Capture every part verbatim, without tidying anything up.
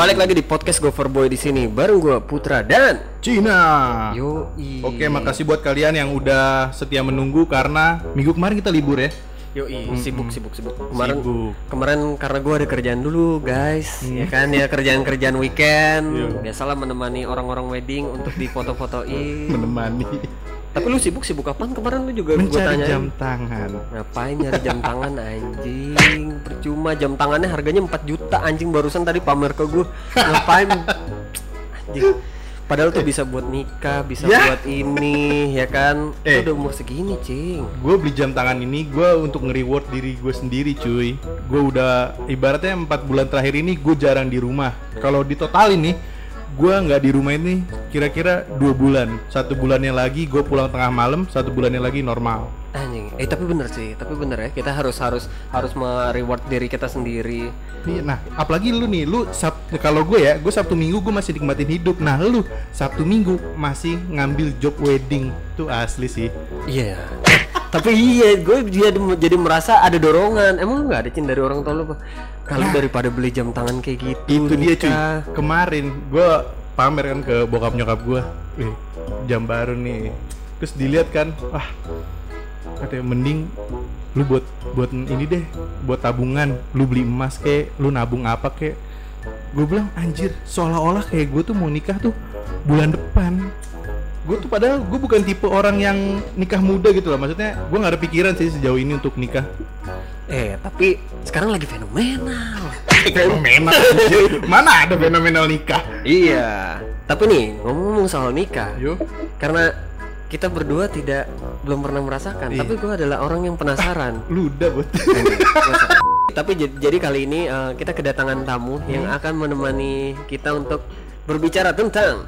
Balik lagi di podcast Goverboy di sini bareng gue Putra dan Cina. Yo. Oke, makasih buat kalian yang udah setia menunggu karena minggu kemarin kita libur ya. Yo, sibuk sibuk sibuk. Kemarin Sibuk. kemarin karena gue ada kerjaan dulu, guys. Ya kan ya kerjaan-kerjaan weekend. Yo. Biasalah menemani orang-orang wedding untuk difoto-fotoin. Menemani. Tapi lu sibuk-sibuk kapan? Kemarin lu juga gue Mencari tanyain. jam tangan. Ngapain nyari jam tangan anjing? Percuma, jam tangannya harganya empat juta anjing, barusan tadi pamer ke gue. Ngapain? Anjing. Padahal tuh bisa buat nikah, bisa Ya. buat ini, ya kan? Eh. Itu udah umur segini, cing. Gue beli jam tangan ini gue untuk nge-reward diri gue sendiri, cuy. Gue udah ibaratnya empat bulan terakhir ini gue jarang di rumah. Kalau ditotalin nih, gue nggak di rumah ini kira-kira dua bulan. Satu bulannya lagi gue pulang tengah malam, satu bulannya lagi normal. Anjing. Eh tapi bener sih, tapi bener ya. Kita harus harus harus me-reward diri kita sendiri. Iya, nah apalagi lu nih, lu sab- kalau gue ya, gue Sabtu Minggu gue masih nikmatin hidup. Nah lu Sabtu Minggu masih ngambil job wedding, tuh asli sih. Iya. Tapi iya, gue jadi jadi merasa ada dorongan. Emang lu nggak ada cin dari orang tua lu apa? Kalau Nah. daripada beli jam tangan kayak gitu. Itu dia cuy. nikah. Kemarin gue pamer kan ke bokap nyokap gue, wih jam baru nih. Terus dilihat kan, wah katanya mending lu buat buat ini deh, buat tabungan. Lu beli emas kek, lu nabung apa kek. Gue bilang anjir, seolah-olah kayak gue tuh mau nikah tuh bulan depan. Gue tuh padahal gue bukan tipe orang yang nikah muda gitu loh. Maksudnya gue nggak ada pikiran sih sejauh ini untuk nikah. Eh, tapi sekarang lagi fenomenal. Fenomenal. Mana ada fenomenal nikah? Iya. Tapi nih, ngomong-ngomong soal nikah, Yuk. karena kita berdua tidak belum pernah merasakan, Iya. tapi gue adalah orang yang penasaran. Ludah buat. Tapi j- jadi kali ini uh, kita kedatangan tamu yang akan menemani kita untuk berbicara tentang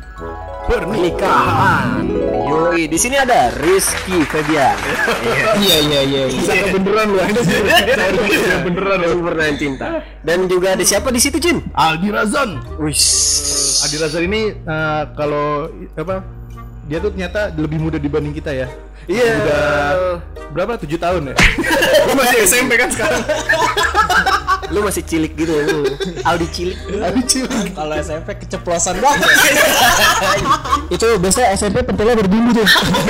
pernikahan. Yoi, di sini ada Rizky Febian. Iya iya iya. Saya beneran lu ada sih. Saya beneran lu. Sempurna cinta. Dan juga ada siapa di situ, Jin? Aldi Razan. Wish. Aldi Razan ini uh, kalau apa? Dia tuh ternyata lebih muda dibanding kita ya. Iya. Udah berapa? tujuh tahun ya? Gue masih S M P kan sekarang. Lu masih cilik gitu lu. Aldi cilik. Aldi cilik. Kalau S M P keceplosan banget. Itu biasanya S M P pentilnya berbumbu tuh.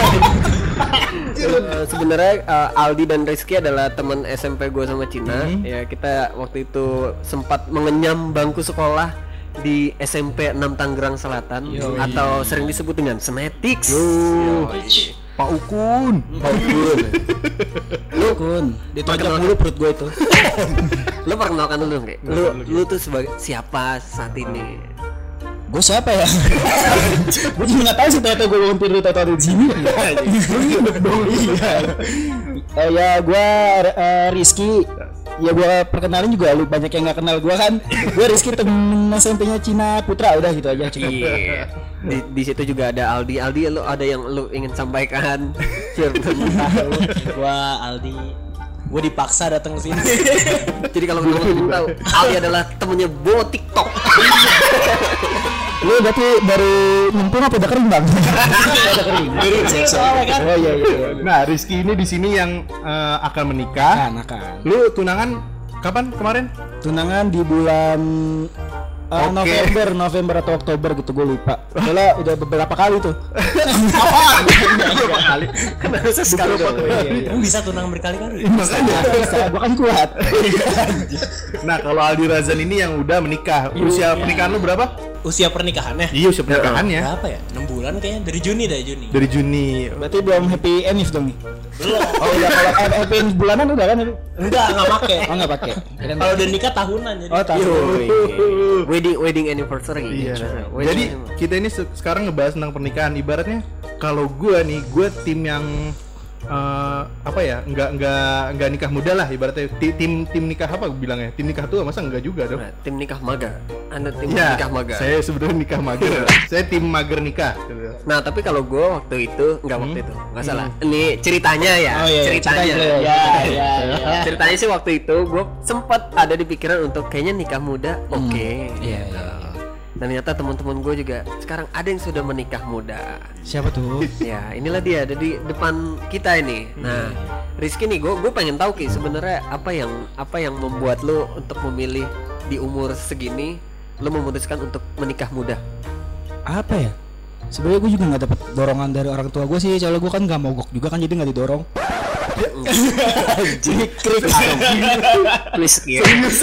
Uh, sebenarnya uh, Aldi dan Rizky adalah teman S M P gue sama Cina. Hmm. Ya kita waktu itu sempat mengenyam bangku sekolah di S M P enam Tangerang Selatan. Yoi. Atau sering disebut dengan Senetics. Pak Ukun. Pak Ukun. Lu kun, ditonjok mulu perut gue itu. Lu perkenalkan dulu dong, kayak lu lu tuh sebagai siapa saat ini? Gue siapa ya? Gue juga nggak tahu sih ternyata gue bangun tidur tahu di sini. Iya. Eh, ya gue uh, Rizky. Ya gue perkenalin juga lu banyak yang nggak kenal gue kan. Gue Rizky temen S M P-nya Cina Putra, udah gitu aja cukup. Iya. Di, di situ juga ada Aldi. Aldi, lu ada yang lu ingin sampaikan? Share tentang Gua Aldi, gua dipaksa datang ke sini. Jadi kalau teman-teman tahu, Aldi adalah temennya Bo TikTok. Lu berarti baru nyemplung apa udah kering bang? Udah kering. Soalnya kan. Oh iya iya. Nah, Rizky ini di sini yang uh, akan menikah. Nah, kan. Lu tunangan kapan kemarin? Tunangan di bulan uh, Oke. November, November atau Oktober gitu gue lupa. Soalnya udah beberapa kali tuh. Berapa kali? Kan harusnya sekali dong. Lu bisa tunang berkali-kali. Makanya. Bisa, gue kan kuat. Nah, kalau Aldi Razan ini yang udah menikah, usia pernikahan lu berapa? Usia pernikahannya Iya, usia pernikahannya berapa ya? enam bulan kayaknya, dari Juni dari Juni. dari Juni. Berarti belum happy ending dong nih. Belum. Oh udah kalau happy end bulanan udah kan? Enggak, enggak pakai. Oh nggak pakai. Kalau udah nikah tahunan jadi. Oh tahu. Yoi. Wedding wedding anniversary. Iya. Wedding Jadi anniversary. kita ini se- sekarang ngebahas tentang pernikahan. Ibaratnya kalau gua nih, gua tim yang eh, apa ya? Nggak nggak nggak nikah muda lah. Ibaratnya Ti- tim tim nikah apa gua bilangnya? Tim nikah tua masa enggak juga dong? Nah, tim nikah maga. Anda tim Ya, nikah maga. saya sebenarnya nikah mager. Saya tim mager nikah. Nah, tapi kalau gue waktu itu nggak waktu itu, nggak salah. Ini ceritanya ya, Oh, iya, ceritanya. ceritanya. Ya, Ya, ya. Ceritanya sih waktu itu gue sempat ada di pikiran untuk kayaknya nikah muda, oke. Iya, gitu. iya. Dan ternyata teman-teman gue juga sekarang ada yang sudah menikah muda. Siapa tuh? Ya, inilah dia ada di depan kita ini. Nah, Rizky nih, gue gue pengen tahu Ki sebenarnya apa yang apa yang membuat lo untuk memilih di umur segini lu memutuskan untuk menikah muda? Apa ya? Sebenarnya gue juga nggak dapet dorongan dari orang tua gue sih, soalnya gue kan nggak mogok juga kan, jadi nggak didorong. Jadi krik please ya.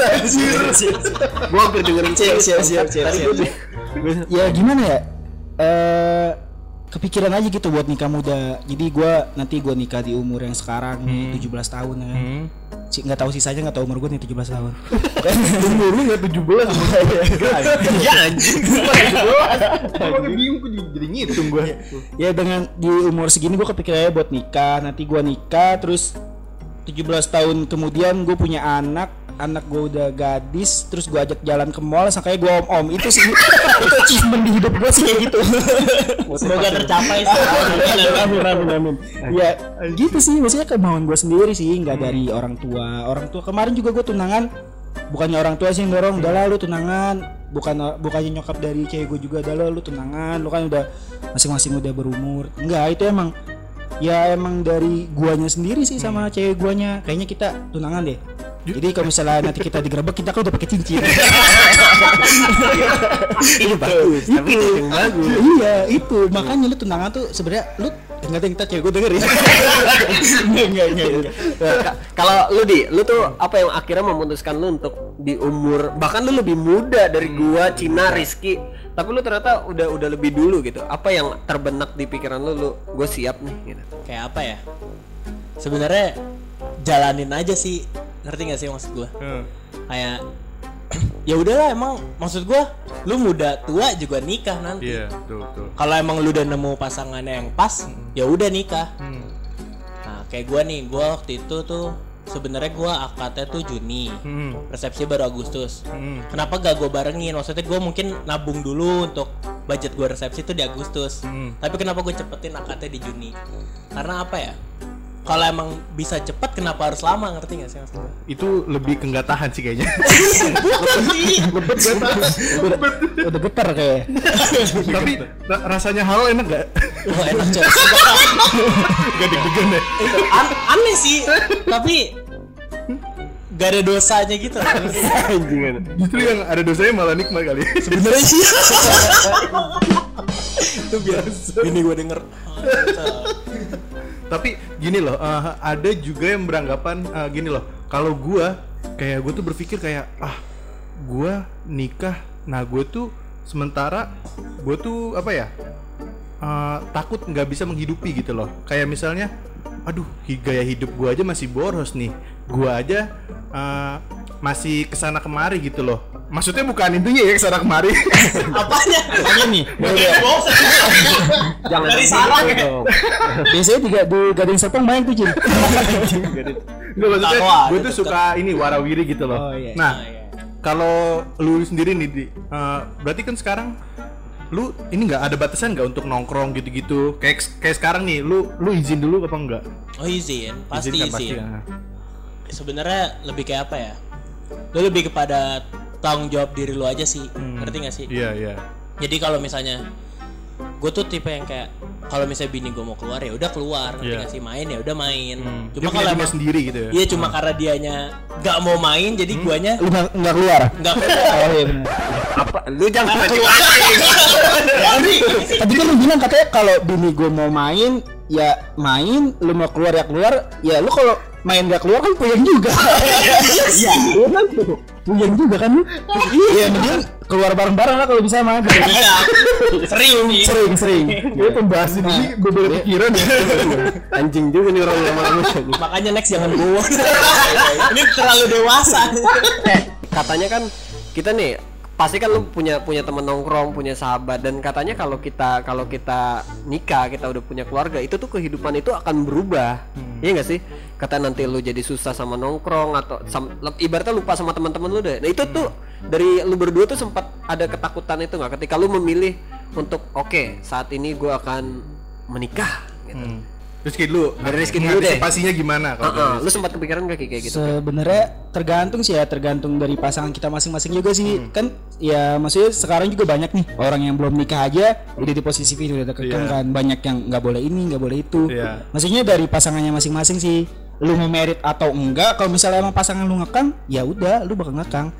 Gua hampir dengerin siap siap siap siap. Ya gimana ya? Eh kepikiran aja gitu buat nikah muda. Jadi gue nanti gue nikah di umur yang sekarang hmm. tujuh belas tahun ya. Hmm. Nggak tahu sisanya, nggak tahu umur gue nih tujuh belas tahun. Umur lu nggak tujuh belas? Ya anjing. Gue bingung, gue jadi ngitung gue. Ya dengan di umur segini gue kepikirannya buat nikah. Nanti gue nikah terus tujuh belas tahun kemudian gue punya anak. Anak gue udah gadis, terus gue ajak jalan ke mall, sangkanya gue om-om. Itu sih itu achievement di hidup gue sih kayak gitu. Semoga tercapai sih. Amin amin amin. Ya gitu sih, maksudnya kemauan gue sendiri sih, nggak hmm. dari orang tua. Orang tua kemarin juga gue tunangan, bukannya orang tua sih yang dorong, udah lah lu tunangan. Bukan bukannya nyokap dari cewek gue juga, udah lah lu tunangan. Lu kan udah masing-masing udah berumur. Enggak, itu emang ya emang dari guanya sendiri sih sama hmm. cewek guanya. Kayaknya kita tunangan deh. Jadi kalau misalnya nanti kita digerebek, kita kan udah pakai cincin. Itu bagus, tapi itu yang bagus. Iya, itu makanya lu tunangan tuh sebenarnya lu enggak ada yang kita cewek gue denger ya. Enggak enggak enggak. Kalau lu di, lu tuh apa yang akhirnya memutuskan lu untuk di umur bahkan lu lebih muda dari gua, Cina, Rizky, tapi lu ternyata udah udah lebih dulu gitu. Apa yang terbenak di pikiran lu, lu gue siap nih gitu. Kayak apa ya? Sebenarnya jalanin aja sih. Ngerti gak sih maksud gue? Hmm. Kayak ya udahlah, emang maksud gue lu muda tua juga nikah nanti. Iya, betul betul. Kalau emang lu udah nemu pasangannya yang pas, hmm. ya udah nikah. Hmm. Nah, kayak gue nih, gue waktu itu tuh sebenarnya gue akadnya tuh Juni, hmm. resepsi baru Agustus. Hmm. Kenapa gak gue barengin? Maksudnya gue mungkin nabung dulu untuk budget gue resepsi tuh di Agustus. Hmm. Tapi kenapa gue cepetin akadnya di Juni? Karena apa ya? Kalau emang bisa cepat, kenapa harus lama, ngerti gak sih maksudnya? Itu lebih ke nggak tahan sih kayaknya. Bukan sih. Ngebet gak tahan. Udah getar kayak. Tapi rasanya halal enak gak? Oh enak coy. Gak deg-degan deh. An- aneh sih, tapi gak ada dosanya gitu. Justru yang ada dosanya malah nikmat kali. Sebenarnya sih. Itu biasa. Ini gue denger. Tapi gini loh, uh, ada juga yang beranggapan uh, gini loh. Kalau gue, kayak gue tuh berpikir kayak ah, gue nikah, nah gue tuh sementara gue tuh apa ya, uh, takut nggak bisa menghidupi gitu loh. Kayak misalnya, aduh, gaya hidup gue aja masih boros nih, gue aja uh, masih kesana kemari gitu loh. Maksudnya bukan intinya ya kesana kemari. Apanya? Apanya nih? Jangan dari salah dong. Biasanya juga di Gading Serpong banyak tuh Cin. Nggak, maksudnya gue tuh suka ini warawiri gitu loh. Oh, iya. Nah, kalau lu sendiri nih, di, uh, berarti kan sekarang lu ini nggak ada batasan nggak untuk nongkrong gitu-gitu? Kayak kayak sekarang nih, lu lu izin dulu apa enggak? Oh izin, pasti izin. Izin, kan, izin. pasti, ya. Sebenarnya lebih kayak apa ya? Lu lebih kepada tanggung jawab diri lu aja sih, hmm. ngerti gak sih? Iya iya. Jadi kalau misalnya gue tuh tipe yang kayak kalau misalnya bini gue mau keluar ya udah keluar, ngerti yeah. gak sih? Main ya udah main. Hmm. Dia Cuma kalau emang sendiri gitu ya. Iya cuma hmm. karena dianya nggak mau main, jadi hmm. guanya lu nggak nggak keluar. Nggak keluar. Oh iya benar. Apa? Lu jangan keluar. Tadi kan lu bilang katanya kalau bini gue mau main ya main, lu mau keluar ya keluar. Ya lu kalau main gak keluar kan puyeng juga. Iya, iya kan tuh. Puyeng juga kan. Iya, mending keluar bareng-bareng lah kalau bisa mah. Sering nih. Sering, sering. Ini pembahasan ini beberapa pikiran ya. Anjing juga nih orang lama-lama. Makanya next jangan bawa. Ini terlalu dewasa. Eh, katanya kan kita nih pasti kan lu punya punya teman nongkrong, punya sahabat, dan katanya kalau kita kalau kita nikah, kita udah punya keluarga, itu tuh kehidupan itu akan berubah. Hmm. Iya nggak sih? Kata nanti lu jadi susah sama nongkrong atau sam, ibaratnya lupa sama teman-teman lu deh. Nah itu hmm. tuh dari lu berdua tuh sempat ada ketakutan itu nggak ketika lu memilih untuk oke okay, saat ini gua akan menikah gitu. Hmm. Rizky dulu, dari Rizky dulu deh. Pastinya gimana? Kalau uh-uh. Lu sempat kepikiran gak kayak gitu? Sebenarnya tergantung sih ya, tergantung dari pasangan kita masing-masing juga sih. Hmm. Kan ya maksudnya sekarang juga banyak nih orang yang belum nikah aja udah di posisi itu udah kekang yeah. kan. Banyak yang nggak boleh ini, nggak boleh itu. Yeah. Maksudnya dari pasangannya masing-masing sih. Lu mau merit atau enggak? Kalau misalnya emang pasangan lu ngekang, ya udah, lu bakal ngekang.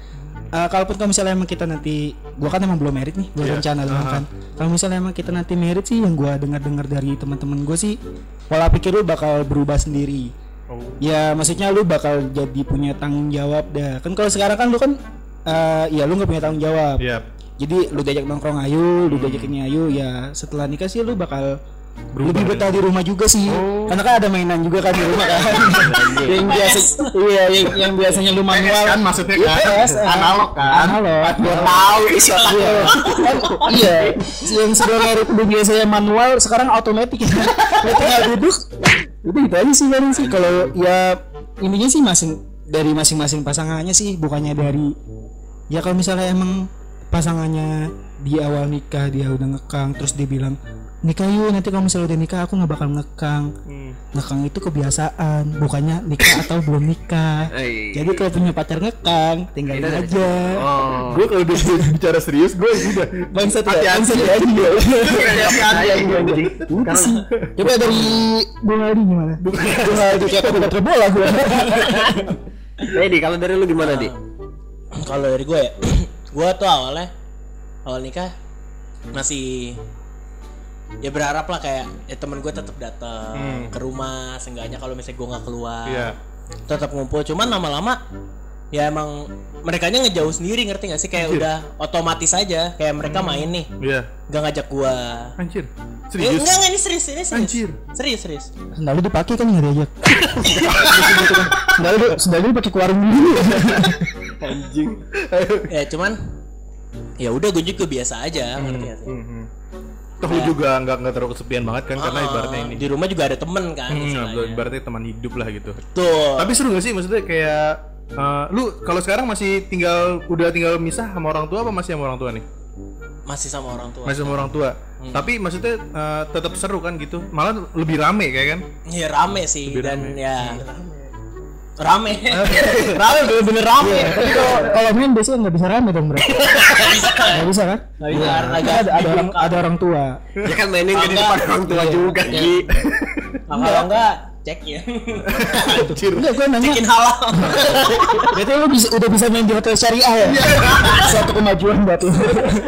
uh, kalaupun kalau misalnya emang kita nanti, gua kan emang belum merit nih, gua Yeah. rencana doang Uh-huh. kan. Kalau misalnya emang kita nanti merit sih, yang gua dengar-dengar dari teman-teman gua sih, pola pikir lu bakal berubah sendiri. Oh. Ya maksudnya lu bakal jadi punya tanggung jawab dah. Kan kalau sekarang kan lu kan, uh, ya lu nggak punya tanggung jawab. Iya. Jadi lu diajak nongkrong ayo, lu diajak ini ayo, ya setelah nikah sih lu bakal Berubah, lebih betah di rumah juga sih. Oh. Karena kan ada mainan juga kan di rumah kan. yang biasa iya yang, yang biasanya lu manual kan maksudnya Iya, kan P S, analog kan. Analog. Gua tahu isi otak Iya. lu. Kan, iya. Yang sebelumnya itu biasanya manual sekarang otomatis ya. Lu tinggal duduk. Itu itu aja sih kan sih kalau ya intinya sih masing dari masing-masing pasangannya sih, bukannya dari ya kalau misalnya emang pasangannya di awal nikah dia udah ngekang terus dia bilang nikah yuk, nanti kalau misalnya udah nikah aku nggak bakal ngekang. Hmm. Ngekang itu kebiasaan, bukannya nikah atau belum nikah. Eh. Jadi kalau punya pacar ngekang, tinggalin Iya. aja. Oh. Gue kalau udah bicara serius gue udah Bangsat ya, Hati-hati. bangsat ya aja. Hati-hati. Udah sih. Coba dari Bung Aldi gimana? Bung Aldi kayak koordinator bola gue. Eh, Di, kalau dari lu gimana, Di? Kalau dari gue ya, gue tuh awalnya awal nikah masih ya berharap lah kayak ya temen gue tetap datang Hmm. ke rumah, seenggaknya kalau misalnya gue nggak keluar Iya. tetap ngumpul. Cuman lama-lama ya emang merekanya ngejauh sendiri, ngerti gak sih, kayak Anjir. udah otomatis aja kayak mereka main nih Iya. nggak ngajak gua. Anjir. Ya, Serius. enggak enggak ini serius ini serius. Anjir. Serius serius. Sendal lu dipakai kan nggak diajak. Sendal lu sendal lu pakai ke warung dulu. Anjing. Ya cuman ya udah gue juga biasa aja, ngerti gak sih? Hmm. Toh lu juga nggak nggak terlalu kesepian banget kan karena Ah, ibaratnya ini. di rumah juga ada temen kan Hmm, istilahnya. ibaratnya teman hidup lah gitu. Tuh. Tapi seru gak sih maksudnya kayak eh, lu kalau sekarang masih tinggal udah tinggal misah sama orang tua apa masih sama orang tua nih? Masih sama orang tua. Masih sama orang tua. Hmm. Tapi maksudnya eh, tetap seru kan gitu. Malah lebih rame kayak kan? Ya rame sih Lebih dan rame. ya rame. Rame bener-bener rame. Tapi kalau kalau main biasanya nggak bisa rame dong berarti. Nggak bisa kan? Nggak bisa, karena Kan gas ada, ada orang ada orang tua. Ya kan mainin ke di Enggak. depan orang tua juga, Iya. Gi. Kalau enggak cek ya. Anjir. Enggak, gue nanya. Cekin halal. Berarti lu bisa, udah bisa main di hotel syariah ya? Suatu kemajuan buat lu.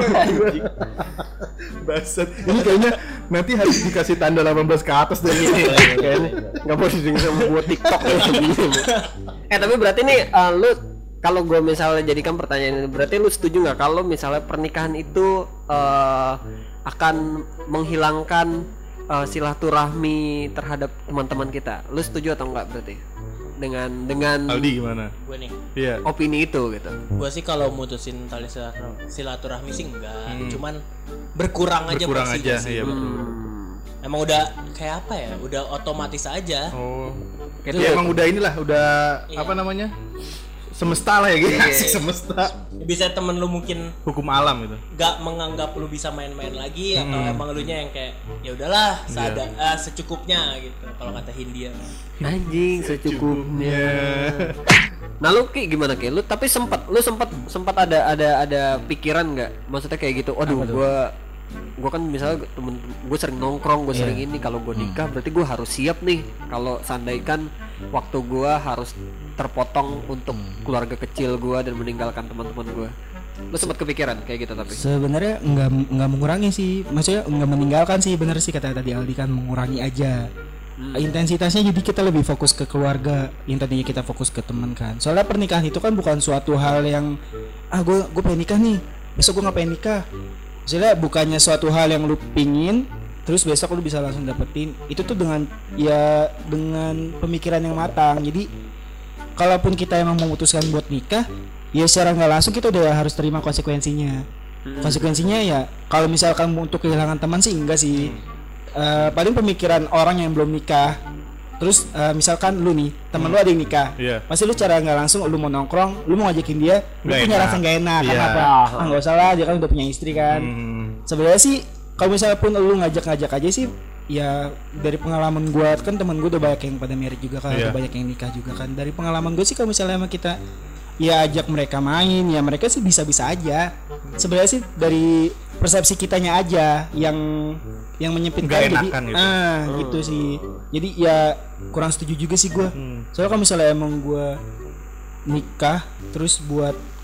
Baset. Ini kayaknya nanti harus dikasih tanda delapan belas ke atas deh ini. Kayaknya nggak boleh didengar sama buat TikTok kayak begini. Eh tapi berarti nih eh, lu kalau gue misalnya jadikan pertanyaan ini, berarti lu setuju nggak kalau misalnya pernikahan itu eh, akan menghilangkan eh, silaturahmi terhadap teman-teman kita? Lu setuju atau enggak berarti dengan dengan Aldi gimana? Gue nih. Iya. opini itu gitu? Gue sih kalau mutusin tali silaturahmi, silaturahmi sih enggak, Hmm. cuman berkurang aja Berkurang porsinya aja, sih. iya betul. Hmm. Emang udah kayak apa ya? Udah otomatis aja. Oh. Kayak Ya emang udah inilah, udah Iya. apa namanya? Semesta lah ya gitu. Iya. Asik semesta. Bisa temen lu mungkin Hukum alam itu. gak menganggap lu bisa main-main lagi atau Hmm. emang elunya yang kayak ya udahlah Iya. seada eh, secukupnya gitu kalau kata Hindia. Anjing secukupnya. Ya. Nah lu Ki gimana Ki? Lu tapi sempat lu sempat sempat ada ada ada pikiran nggak? Maksudnya kayak gitu. Waduh, gua gua kan misalnya temen gue sering nongkrong, gue sering ini, kalau gue nikah berarti gue harus siap nih kalau seandainya waktu gue harus terpotong untuk keluarga kecil gue dan meninggalkan teman-teman gue. Lu sempat kepikiran kayak gitu tapi? Sebenarnya nggak nggak mengurangi sih, maksudnya nggak meninggalkan sih, bener sih kata tadi Aldi kan mengurangi aja. Intensitasnya jadi kita lebih fokus ke keluarga, yang tadinya kita fokus ke teman kan. Soalnya pernikahan itu kan bukan suatu hal yang ah gue gue pengen nikah nih, besok gue nggak pengen nikah. Soalnya bukannya suatu hal yang lu pingin terus besok lu bisa langsung dapetin. Itu tuh dengan ya dengan pemikiran yang matang. Jadi kalaupun kita emang memutuskan buat nikah, ya secara nggak langsung kita udah harus terima konsekuensinya. Konsekuensinya ya kalau misalkan untuk kehilangan teman sih enggak sih. Eh, paling pemikiran orang yang belum nikah. Terus eh, misalkan lu nih temen lu ada yang nikah, Iya. pasti lu cara nggak langsung lu mau nongkrong, lu mau ngajakin dia, lu Nggak punya enak. rasa nggak enak. Iya. Kenapa? Ah nggak usah lah, dia kan udah punya istri kan. Hmm. Sebenarnya sih kalau misalnya pun lu ngajak-ngajak aja sih, ya dari pengalaman gua kan temen gua udah banyak yang pada married juga kan, Iya. udah banyak yang nikah juga kan. Dari pengalaman gue sih kalau misalnya emang kita ya ajak mereka main, ya mereka sih bisa-bisa aja. Sebenarnya sih dari persepsi kitanya aja yang yang menyempitkan, Nggak jadi enakan gitu. ah gitu sih. Jadi ya kurang setuju juga sih gua. Hmm. Soalnya kalau misalnya emang gua nikah terus buat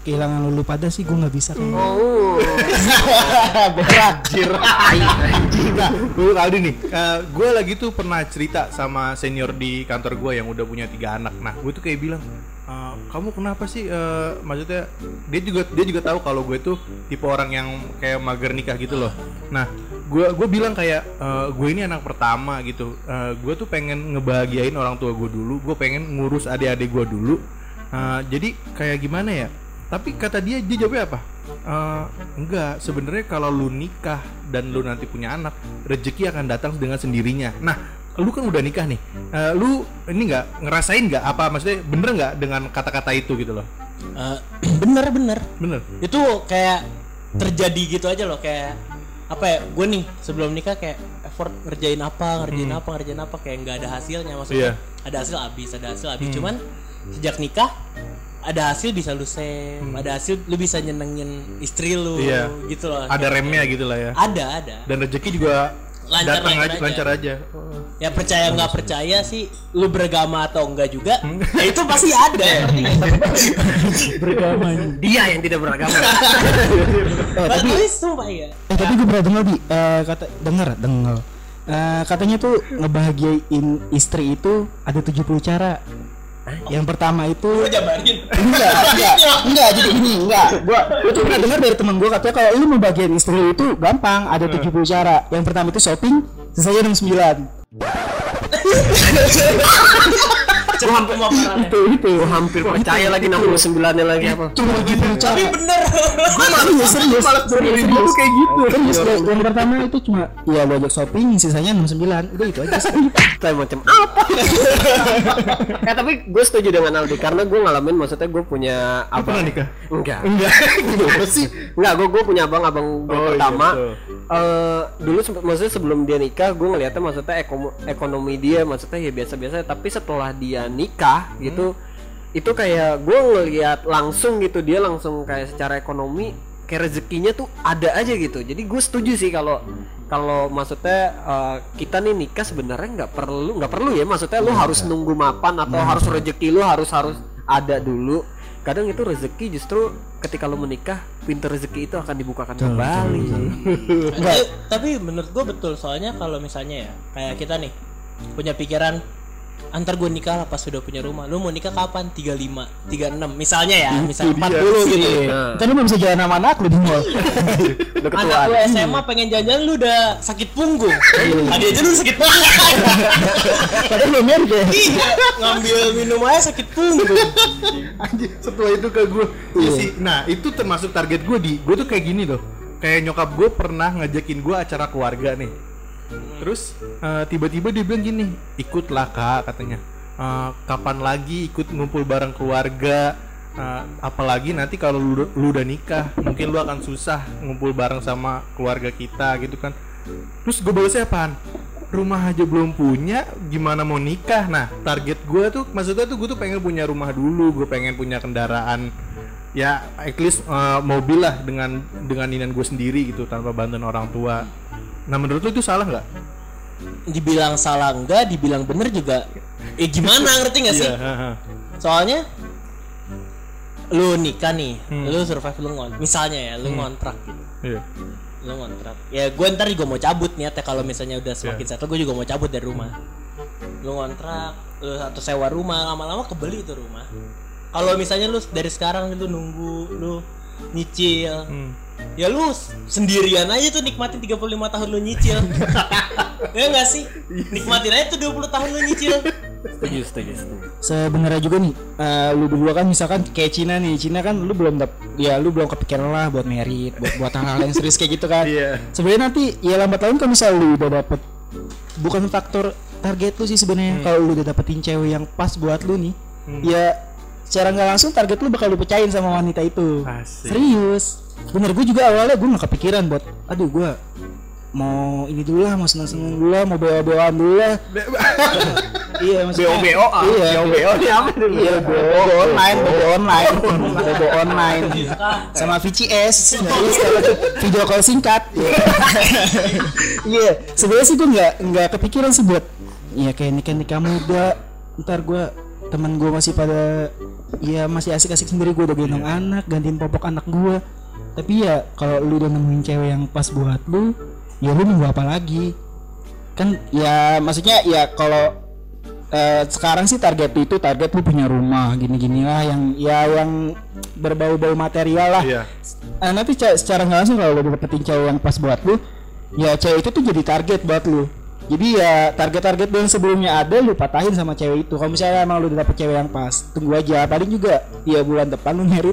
kehilangan lu pada sih gue nggak bisa kayaknya. Oh. Berat. Nah, gue tadi nih, uh, gue lagi tuh pernah cerita sama senior di kantor gue yang udah punya tiga anak. Nah, gue tuh kayak bilang, uh, kamu kenapa sih? Uh, maksudnya dia juga dia juga tahu kalau gue tuh tipe orang yang kayak mager nikah gitu loh. Nah, gue gue bilang kayak uh, gue ini anak pertama gitu. Uh, gue tuh pengen ngebahagiain orang tua gue dulu. Gue pengen ngurus adik-adik gue dulu. Uh, jadi kayak gimana ya? Tapi kata dia, dia jawabnya apa? Uh, enggak, sebenarnya kalau lu nikah dan lu nanti punya anak, rezeki akan datang dengan sendirinya. Nah, lu kan udah nikah nih, uh, lu ini nggak ngerasain nggak apa? Maksudnya bener nggak dengan kata-kata itu gitu loh? Uh, bener bener. Bener. Itu kayak terjadi gitu aja loh, kayak apa ya? Gue nih sebelum nikah kayak effort ngerjain apa, ngerjain hmm. apa, ngerjain apa, kayak nggak ada hasilnya maksudnya. Yeah. Ada hasil habis, ada hasil habis. Hmm. Cuman sejak nikah ada hasil bisa lu save, hmm. ada hasil lu bisa nyenengin istri lu, iya. gitu loh. Ada remnya gitu lah ya. Ada, ada. Dan rezeki juga lancar, datang lancar aja, aja. lancar aja. Ya percaya nggak percaya sih, lu beragama atau enggak juga, ya itu pasti ada. Beragama. Dia yang tidak beragama. eh, tapi sumpah ya. Eh tapi gue pernah dengar di uh, kata dengar dengar. Uh, katanya tuh ngebahagiain istri itu ada tujuh puluh cara. Yang pertama itu lu jabarin. Enggak, enggak, enggak jadi ini, enggak. Gua itu pernah dengar dari teman gua katanya kalau lu mau bagian istri lu itu gampang, ada tujuh puluh cara. Yang pertama itu shopping, selesai jam sembilan. Cuma hampir itu itu hampir percaya lagi enam puluh sembilan-nya lagi apa? Cuma gitu cara. Tapi bener. Gua malah serius, malah serius kayak gitu. Serius, yang pertama itu cuma ya lu ajak shopping, sisanya enam puluh sembilan. Udah itu aja sih. Kayak macam apa? Eh tapi gue setuju dengan Aldi karena gue ngalamin, maksudnya gue punya abang. Pernah nikah? Enggak. Enggak. Gimana sih? Enggak, gue gue punya abang abang gue Oh, pertama. iya, Eh dulu sempet, maksudnya sebelum dia nikah gue ngeliatnya maksudnya ekonomi, ekonomi dia maksudnya ya biasa-biasa, tapi setelah dia nikah gitu hmm. itu kayak gue ngeliat langsung gitu, dia langsung kayak secara ekonomi kayak rezekinya tuh ada aja gitu. Jadi gue setuju sih kalau kalau maksudnya uh, kita nih nikah sebenarnya nggak perlu nggak perlu ya, maksudnya lu harus nunggu mapan atau harus rezeki lu harus harus ada dulu. Kadang itu rezeki justru ketika lu menikah, pintu rezeki itu akan dibukakan kembali. Enggak, tapi menurut gue betul, soalnya kalau misalnya ya kayak kita nih punya pikiran antar gue nikah lah pas sudah punya rumah. Lu mau nikah kapan? tiga puluh lima, tiga puluh enam misalnya ya, misalnya empat puluh gitu. Nah. Kan lu belum bisa jalan sama anak lu di mall. Anak lu S M A pengen jalan, lu udah sakit punggung. Tadi aja lu sakit punggung. Padahal belum merit ya. Iya, ngambil minum aja sakit punggung. Anjir, setelah itu ke gue. Iya sih. Nah, itu termasuk target gue di. Gue tuh kayak gini loh. Kayak nyokap gue pernah ngajakin gue acara keluarga nih. Terus uh, tiba-tiba dia bilang gini, ikutlah kak katanya, uh, kapan lagi ikut ngumpul bareng keluarga, uh, apalagi nanti kalau lu, lu udah nikah mungkin lu akan susah ngumpul bareng sama keluarga kita gitu kan. Terus gue balasnya apaan? Rumah aja belum punya, gimana mau nikah? Nah target gue tuh maksudnya tuh gue tuh pengen punya rumah dulu, gue pengen punya kendaraan ya at least uh, mobil lah dengan dengan inan gue sendiri gitu tanpa bantuan orang tua. Nah menurut lu itu salah nggak? Dibilang salah enggak, dibilang bener juga. Eh gimana, ngerti nggak sih? Yeah. Soalnya lu nikah nih, hmm. lu survive, lu ngont, misalnya ya, lu hmm. ngontrak gitu. Iya. Lu ngontrak. Ya gue ntar juga mau cabut niatnya kalau misalnya udah semakin yeah. settle, gue juga mau cabut dari rumah. Lu ngontrak, lu atau sewa rumah, lama-lama kebeli itu rumah. Kalau misalnya lu dari sekarang lu nunggu, lu nyicil. Hmm. Ya lu sendirian aja tuh nikmatin tiga puluh lima tahun lu nyicil. Ya enggak sih? Nikmatin aja tuh dua puluh tahun lu nyicil. Setuju, setuju, setuju. Sebenarnya juga nih, uh, lu berdua kan misalkan kayak Cina nih, Cina kan lu belum dap, ya lu belum kepikiran lah buat merit, buat buat hal-hal yang serius kayak gitu kan. Iya. Sebenarnya nanti ya lambat laun kalau misal lu udah dapet, bukan faktor target lu sih sebenarnya. Hmm. Kalau lu udah dapetin cewek yang pas buat lu nih, hmm. ya secara nggak langsung target lu bakal lu pecahin sama wanita itu. Asik. Serius. Bener, gue juga awalnya gue nggak kepikiran buat, aduh gue mau ini dulu lah, mau seneng-seneng dulu lah, mau beo-beoan dulu lah. Iya, maksudnya beo-beo ah. Iya, beo-beo ini apa tuh? Iya, beo online, beo online, beo online sama V C S, video call singkat. Iya, sebenarnya sih gue nggak nggak kepikiran sih buat, ya kayak nikah nikah muda, ntar gue teman gue masih pada ya masih asik-asik sendiri, gue udah gendong Iya. anak, gantiin popok anak gue. Tapi ya kalau lu udah nemuin cewek yang pas buat lu, ya lu nunggu apa lagi? Kan ya maksudnya ya kalau eh, sekarang sih target lu itu target lu punya rumah gini-gini lah yang ya yang berbau-bau material lah. Iya. Eh, nanti ca- secara nggak langsung kalau lu dapetin cewek yang pas buat lu, ya cewek itu tuh jadi target buat lu. Jadi ya target-target yang sebelumnya ada lu patahin sama cewek itu. Kalau misalnya emang lu udah dapet cewek yang pas, tunggu aja. Paling juga ya bulan depan lu merit.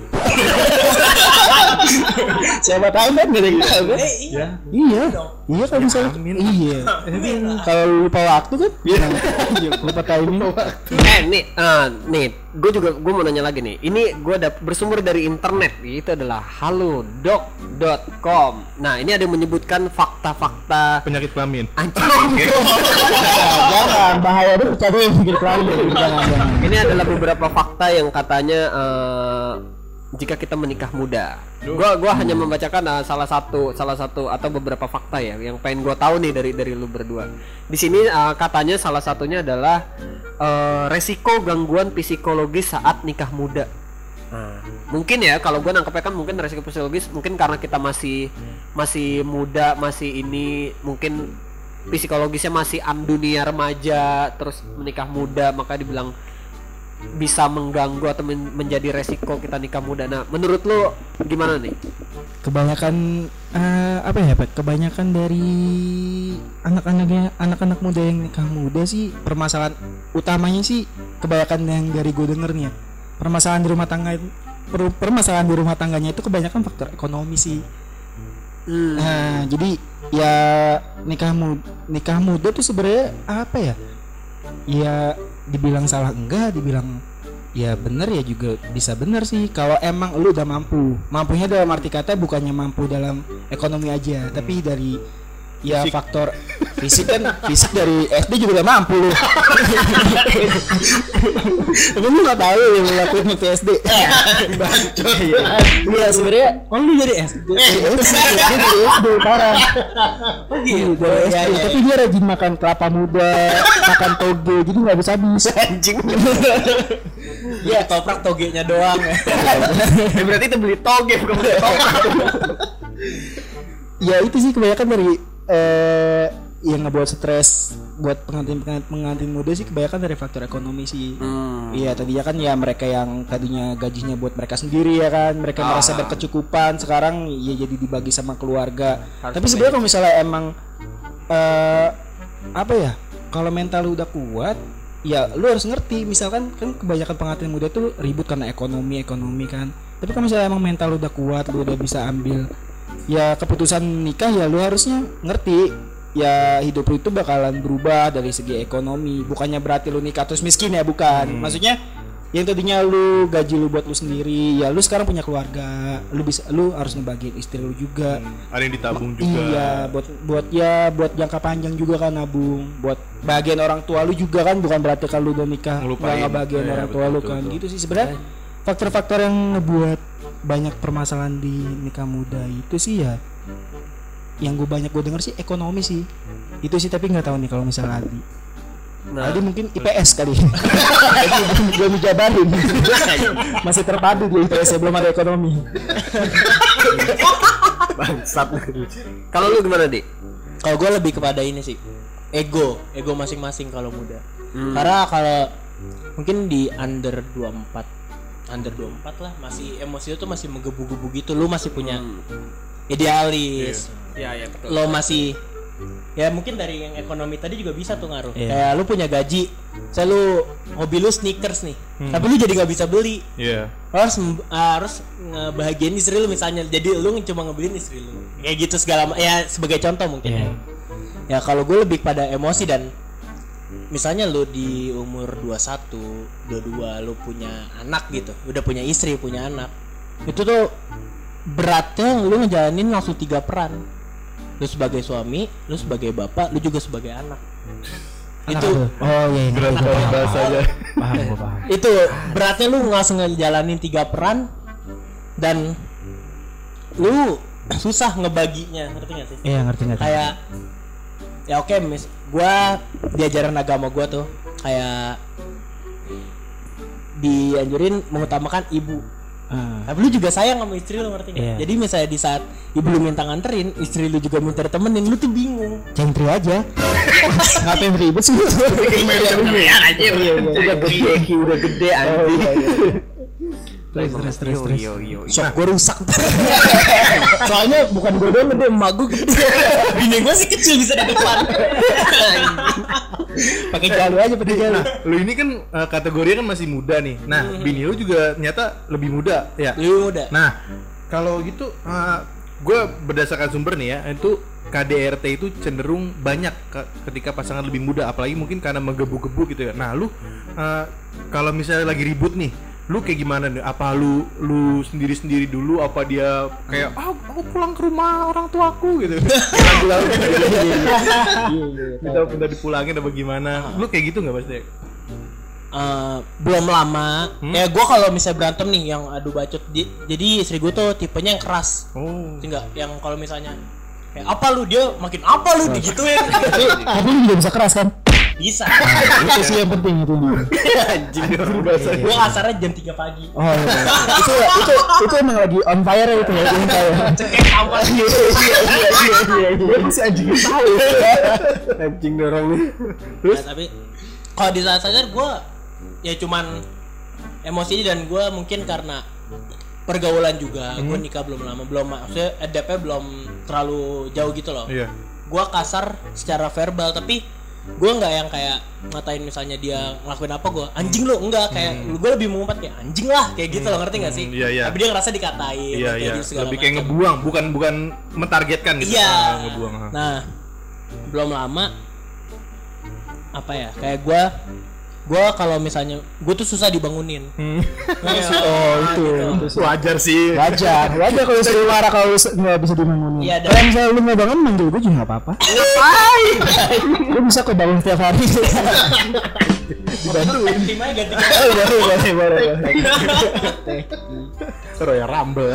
Siapa tahu kan gak ada yang tahu kan? Ya. Iya, iya kalau misalnya, amin. iya. Kalau lu lupa waktu kan, lupa timing. Eh nih, ah, nih, gue juga gue mau nanya lagi nih. Ini gue dap bersumber dari internet. Itu adalah halodoc dot com. Nah ini ada yang menyebutkan fakta-fakta Penyakit kelamin. anjing. Jangan, bahaya tuh percaya yang pikir kelamin. Jangan, jangan. Ini adalah beberapa fakta yang katanya eh, jika kita menikah muda. Gua gua hanya membacakan uh, salah satu salah satu atau beberapa fakta ya yang pengen gua tahu nih dari dari lu berdua. Di sini uh, katanya salah satunya adalah uh, resiko gangguan psikologis saat nikah muda. Nah, mungkin ya kalau gua nangkepnya kan mungkin resiko psikologis mungkin karena kita masih masih muda, masih ini mungkin psikologisnya masih am dunia remaja, terus menikah muda maka dibilang bisa mengganggu atau men- menjadi resiko kita nikah muda. Nah, menurut lo gimana nih? Kebanyakan eh, apa ya, Pak? Kebanyakan dari anak-anaknya anak-anak muda yang nikah muda sih permasalahan utamanya sih kebanyakan yang dari gue denger nih ya. Permasalahan di rumah tangga per- permasalahan di rumah tangganya itu kebanyakan faktor ekonomi sih. Hmm. Nah, jadi ya nikah muda, nikah muda tuh sebenarnya apa ya? Ya dibilang salah enggak, dibilang ya bener ya juga bisa bener sih kalau emang lu udah mampu. Mampunya dalam arti kata bukannya mampu dalam ekonomi aja, tapi dari ya Fisik. faktor fisik kan fisik dari S D juga udah mampu lu. Tapi lu nggak tahu yang lu lakuin waktu S D. Iya sebenarnya. Oh lu dari S D? Dia dari S D parah. Oh gitu. Dari S D, Ya, ya, tapi dia rajin makan kelapa muda, makan toge, jadi nggak bisa habis. Anjing. Ya toprak togenya doang ya. Ya, berarti itu beli toge bukan beli toprak. Ya itu sih kebanyakan dari eh yang ngebuat stres buat pengantin pengantin muda sih kebanyakan dari faktor ekonomi sih. Hmm. Iya tadinya kan ya mereka yang tadinya gajinya buat mereka sendiri ya kan, mereka Ah. merasa berkecukupan, sekarang ya jadi dibagi sama keluarga. Harus Tapi sebenarnya kalau misalnya emang eh apa ya, kalau mental lu udah kuat ya lu harus ngerti. Misalkan kan kebanyakan pengantin muda tuh ribut karena ekonomi ekonomi kan, tapi kalau misalnya emang mental lu udah kuat, lu udah bisa ambil ya keputusan nikah, ya lu harusnya ngerti ya hidup lu itu bakalan berubah dari segi ekonomi. Bukannya berarti lu nikah terus miskin ya, bukan. Hmm. Maksudnya yang tadinya lu gaji lu buat lu sendiri, ya lu sekarang punya keluarga, lu bisa lu harus ngebagiin istri lu juga. Ada yang ditabung juga. Iya, buat buat ya buat jangka panjang juga kan nabung. Buat bagian orang tua lu juga kan, bukan berarti kalau lu udah nikah Ngelupain. nggak bagian Iya, orang betul, tua lu betul, kan. betul. Gitu sih sebenarnya faktor-faktor yang ngebuat banyak permasalahan di nikah muda itu sih ya. Yang gue banyak gue denger sih ekonomi sih. Itu sih, tapi nggak tahu nih kalau misalnya Aldi. Nah, Aldi mungkin I P S kali. Jadi belum belum dijabarin. Masih terpadu di I P S, belum ada ekonomi. bangsat. Kalau lu gimana, Dik? Kalau gue lebih kepada ini sih, ego, ego masing-masing kalau muda. Hmm. Karena kalau mungkin di under dua puluh empat, under dua puluh empat lah, masih emosi tuh masih menggebu-gebu gitu. Lu masih punya idealis. Ya, ya betul. Lo masih ya mungkin dari yang ekonomi tadi juga bisa tuh ngaruh. Iya. Kayak lu punya gaji, saya lu hobi lu sneakers nih, tapi lu jadi nggak bisa beli. Iya. Lu harus mem- harus ngebahagiain istri lu misalnya, jadi lu cuma ngebeliin istri lu kayak gitu segala ma- ya sebagai contoh mungkin. Iya. Ya kalau gue lebih pada emosi, dan misalnya lu di umur dua puluh satu, dua puluh dua lu punya anak gitu, udah punya istri, punya anak, itu tuh beratnya lu ngejalanin langsung tiga peran. Lu sebagai suami, lu sebagai bapak, lu juga sebagai anak. Itu Oh iya, Berat banget bahasanya. paham gue paham. itu beratnya lu langsung ngejalanin tiga peran, dan lu susah ngebaginya, ngerti gak sih? Iya ngerti ngerti. Kayak ya oke, mis gua diajaran agama gua tuh kayak dianjurin mengutamakan ibu. Ah. Tapi lu juga sayang sama istri lu, ngerti nggak? Iya. Jadi misalnya di saat ibu lu minta nganterin, istri lu juga minta temenin, lu tuh bingung. Jangan tri aja. Ngapain ribet sih? Ya anjir. Udah gede, Ki, udah gede anjing. Terus terus terus terus. Yo yo. Shock gue rusak. Soalnya bukan gue doang gede, emak gue gede. Bini gue sih kecil bisa di depan. Pakai jalu aja, pakai jalu. Nah, lu ini kan uh, kategorinya kan masih muda nih. Nah, bini lu juga ternyata lebih muda ya. Lebih muda. Nah, kalau gitu uh, gue berdasarkan sumber nih ya, itu K D R T itu cenderung banyak ke- ketika pasangan lebih muda, apalagi mungkin karena menggebu-gebu gitu ya. Nah, lu uh, kalau misalnya lagi ribut nih, lu kayak gimana nih? Apa lu lu sendiri-sendiri dulu? Apa dia kayak ah aku pulang ke rumah orang tuaku gitu? Pulang kita minta dipulangin apa gimana? Lu kayak gitu nggak pasti? Uh, belum lama. Hmm? Ya gue kalau misalnya berantem nih yang adu bacot, di- jadi istri gue tuh tipenya yang keras. Oh. Enggak, yang kalau misalnya kayak apa lu, dia makin apa lu digituin. Tapi lu juga bisa keras kan? Bisa. Itu sih yang penting itu. Anjing. Gue kasarnya jam tiga pagi. Oh iya. itu itu itu emang lagi on fire ya itu ya, on fire. Cekek apa sih? Iya iya iya iya. Masih anjing tahu. Anjing dorong nih. Nah, tapi kalau di saat sadar gue ya cuman emosi, dan gue mungkin karena pergaulan juga, gue nikah belum lama, belum maksudnya adaptnya belum terlalu jauh gitu loh. Iya. Gue kasar secara verbal, tapi gue nggak yang kayak ngatain misalnya dia ngelakuin apa gue anjing lo, enggak, kayak Hmm. gue lebih mengumpat kayak anjing lah kayak gitu loh, ngerti nggak sih? Hmm, iya, iya. Tapi dia ngerasa dikatain, Iya kayak iya. gitu segala Lebih kayak macam. ngebuang, bukan bukan mentargetkan gitu. Iya. Ah, ngebuang. ah. Nah, belum lama apa ya? Kayak gue, gue kalau misalnya gue tuh susah dibangunin. Hmm. Kayak, Oh itu gitu. itu. Wajar sih. Wajar, wajar kalau istri marah kalau lu se- nggak bisa dibangunin. Iya, dan- Kalau misalnya lu nggak bangun, manggil gue juga nggak apa-apa. Ngapain? Gue bisa kok bangun setiap hari. Dibantuin. Timnya ganti. Oh, boleh, boleh, boleh, boleh. Royal Rumble.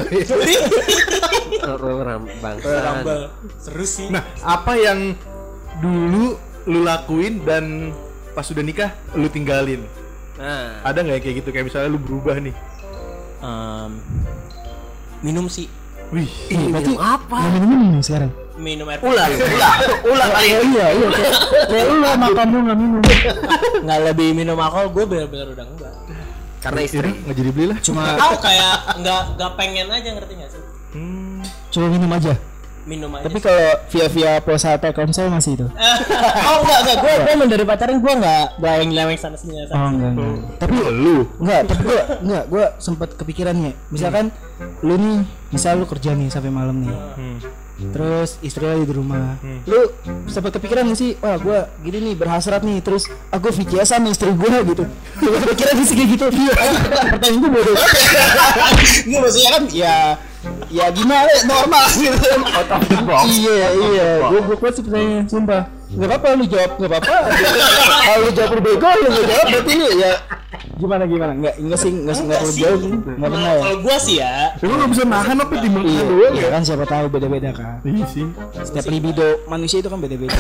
Orang bangsa. Rambel. Seru sih. Nah, apa yang dulu lu lakuin dan pas udah nikah lu tinggalin? Nah, Ada nggak yang kayak gitu? Kayak misalnya lu berubah nih. Em, minum sih. Wih. Ih, berarti apa? yang minum nih sekarang. Minum air Ulah, ulah, ulah kali. Oh iya, iya. Kayak kayak lu lah makan lu nggak minum. nggak lebih minum alkohol, gue bener-bener udah enggak. Karena istri. Nggak jadi beli lah. Cuma Tahu kayak nggak nggak pengen aja, ngerti nggak sih? Hmm. cuma minum aja. Minum aja. Tapi kalau via via pulsa Telkomsel masih itu. oh enggak enggak, gue gue emang dari pacaran gue nggak leweng-leweng sana sini Oh sana. enggak, enggak. Tapi lu. Enggak, tapi gua enggak, gua sempat kepikiran nih. Misalkan lu nih, misal lu kerja nih sampai malam nih. Hmm. Terus istri lagi di rumah. Lu sempat kepikiran gak sih? Wah, gua gini nih berhasrat nih, terus aku V C S sama istri gua gitu. Sempat kepikiran sih kayak gitu. Iya, pertanyaan gua bodoh. Iya, maksudnya kan ya ya gimana normal gitu. Out of the box. Iya, iya. Gua gua kuat sih pertanyaannya, sumpah. Enggak apa-apa lu jawab, enggak apa-apa. Kalau lu jawab lu bego, lu enggak jawab berarti ya gimana gimana? Enggak, enggak sih, enggak enggak perlu sih. jawab. Enggak pernah ya. Kalau gue sih ya, Lu nggak bisa nahan apa di makan Iya, doang iya ya? kan siapa tahu beda-beda kan. Iya sih. Setiap libido manusia itu kan beda-beda.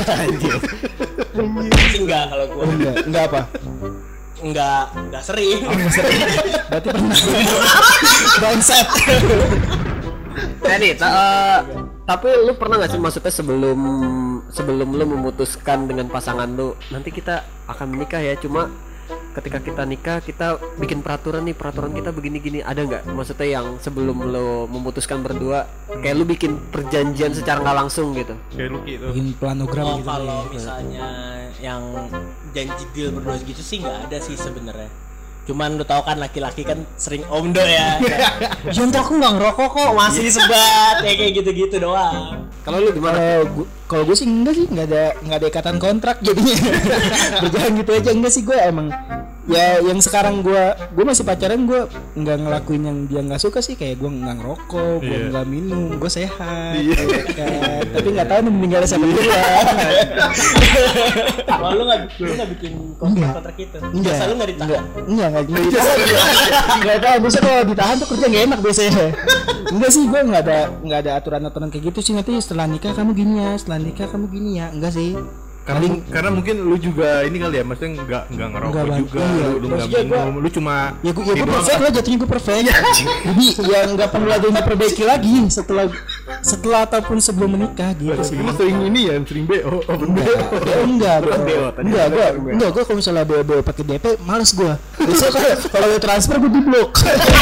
sih enggak kalau gue. Enggak, enggak apa. Enggak, enggak sering. Berarti pernah. Bangsat. Nah nih, ta- eh, tapi lu pernah gak sih maksudnya sebelum sebelum lu memutuskan dengan pasangan lu nanti kita akan menikah ya, cuma ketika kita nikah kita bikin peraturan nih, peraturan kita begini-gini, ada nggak maksudnya yang sebelum lu memutuskan berdua kayak lu bikin perjanjian secara nggak langsung gitu? Kayak Lucky itu. Bikin planogram Oh, gitu. kalau misalnya yang janji deal berdua gitu sih nggak ada sih sebenarnya. Cuman lu tau kan laki-laki kan sering omdo ya. Jangan aku nggak ngerokok kok, masih disebat ya kayak gitu-gitu doang. Kalau lu gimana? Kalau gua kalau gue sih enggak sih, enggak ada enggak ada ikatan kontrak jadinya. Berjalan gitu aja. Enggak sih, gue emang ya yang sekarang gue gue masih pacaran, gue nggak ngelakuin yang dia nggak suka sih, kayak gue nggak ngerokok, gue Iya. nggak minum, gue sehat. Iya. ya kan. Tapi nggak tahu nih meninggal siapa dulu ya. Kalau lu nggak lu nggak bikin kontrak-kontrak itu, Enggak. biasa lu nggak ditahan. Enggak, enggak, enggak, enggak ditahan. Enggak tahu, biasanya kalau ditahan tuh kerja enggak enak biasanya. Enggak sih, gue enggak ada enggak ada aturan-aturan kayak gitu sih. Nanti setelah nikah kamu gini ya, setelah nikah kamu gini ya. Enggak sih. karena, Paling- karena mungkin lu juga ini kali ya, maksudnya nggak nggak ngerokok Nggak banget, juga, iya. lu lu nggak Maksudnya gua- minum, lu cuma Ya gue ya ini gue doang. perfect lah, jatuhnya gue perfect. Jadi ya nggak perlu ada yang diperbaiki lagi setelah setelah ataupun sebelum menikah gitu sih. Lu sering ini ya, sering B O, oh bener. Ya, enggak, bro. B O tadi. Enggak, gua enggak gua kalau misalnya B O B O pakai D P males gua. Biasanya kalau kalau mau transfer gua di blok.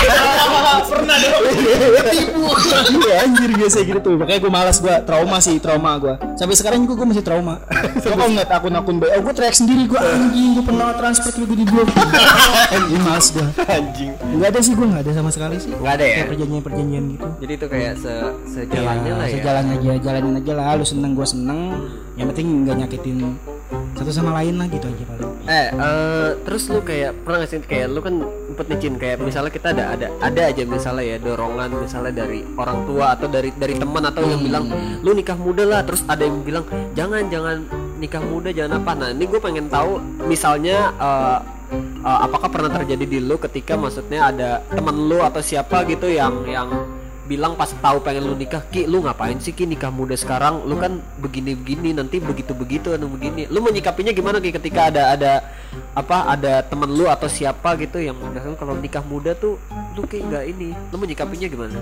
Pernah dong. Tipu. Iya anjir biasa gitu. Makanya gua malas, gua trauma sih, trauma gua. Sampai sekarang juga gua masih trauma. Gua kalau ngeliat akun-akun B O gua teriak sendiri, gua anjing gua pernah transfer tapi gua di blok. Anjing males gua. Anjing. Enggak ada sih, gua enggak ada sama sekali sih. Nggak ada ya? Kayak perjanjian-perjanjian gitu. Jadi itu kayak se sejalannya lah ya. Sejalan aja, jalanin aja lah. Lu seneng, gua seneng. Yang penting nggak nyakitin satu sama lain lah gitu aja paling. Eh, eh, terus lu kayak pernah nggak sih kayak lu kan sempet nicin kayak misalnya kita ada ada ada aja misalnya ya dorongan misalnya dari orang tua atau dari dari teman atau yang bilang lu nikah muda lah, terus ada yang bilang jangan jangan nikah muda jangan apa. Nah ini gue pengen tahu misalnya eh, eh, apakah pernah terjadi di lu ketika maksudnya ada teman lu atau siapa gitu yang yang bilang pas tahu pengen lu nikah, Ki lu ngapain sih Ki nikah muda sekarang, lu kan begini-begini nanti begitu-begitu atau begini. Lu menyikapinya gimana Ki ketika ada ada apa ada temen lu atau siapa gitu yang bilang kalau nikah muda tuh lu kayak nggak ini, lu menyikapinya gimana?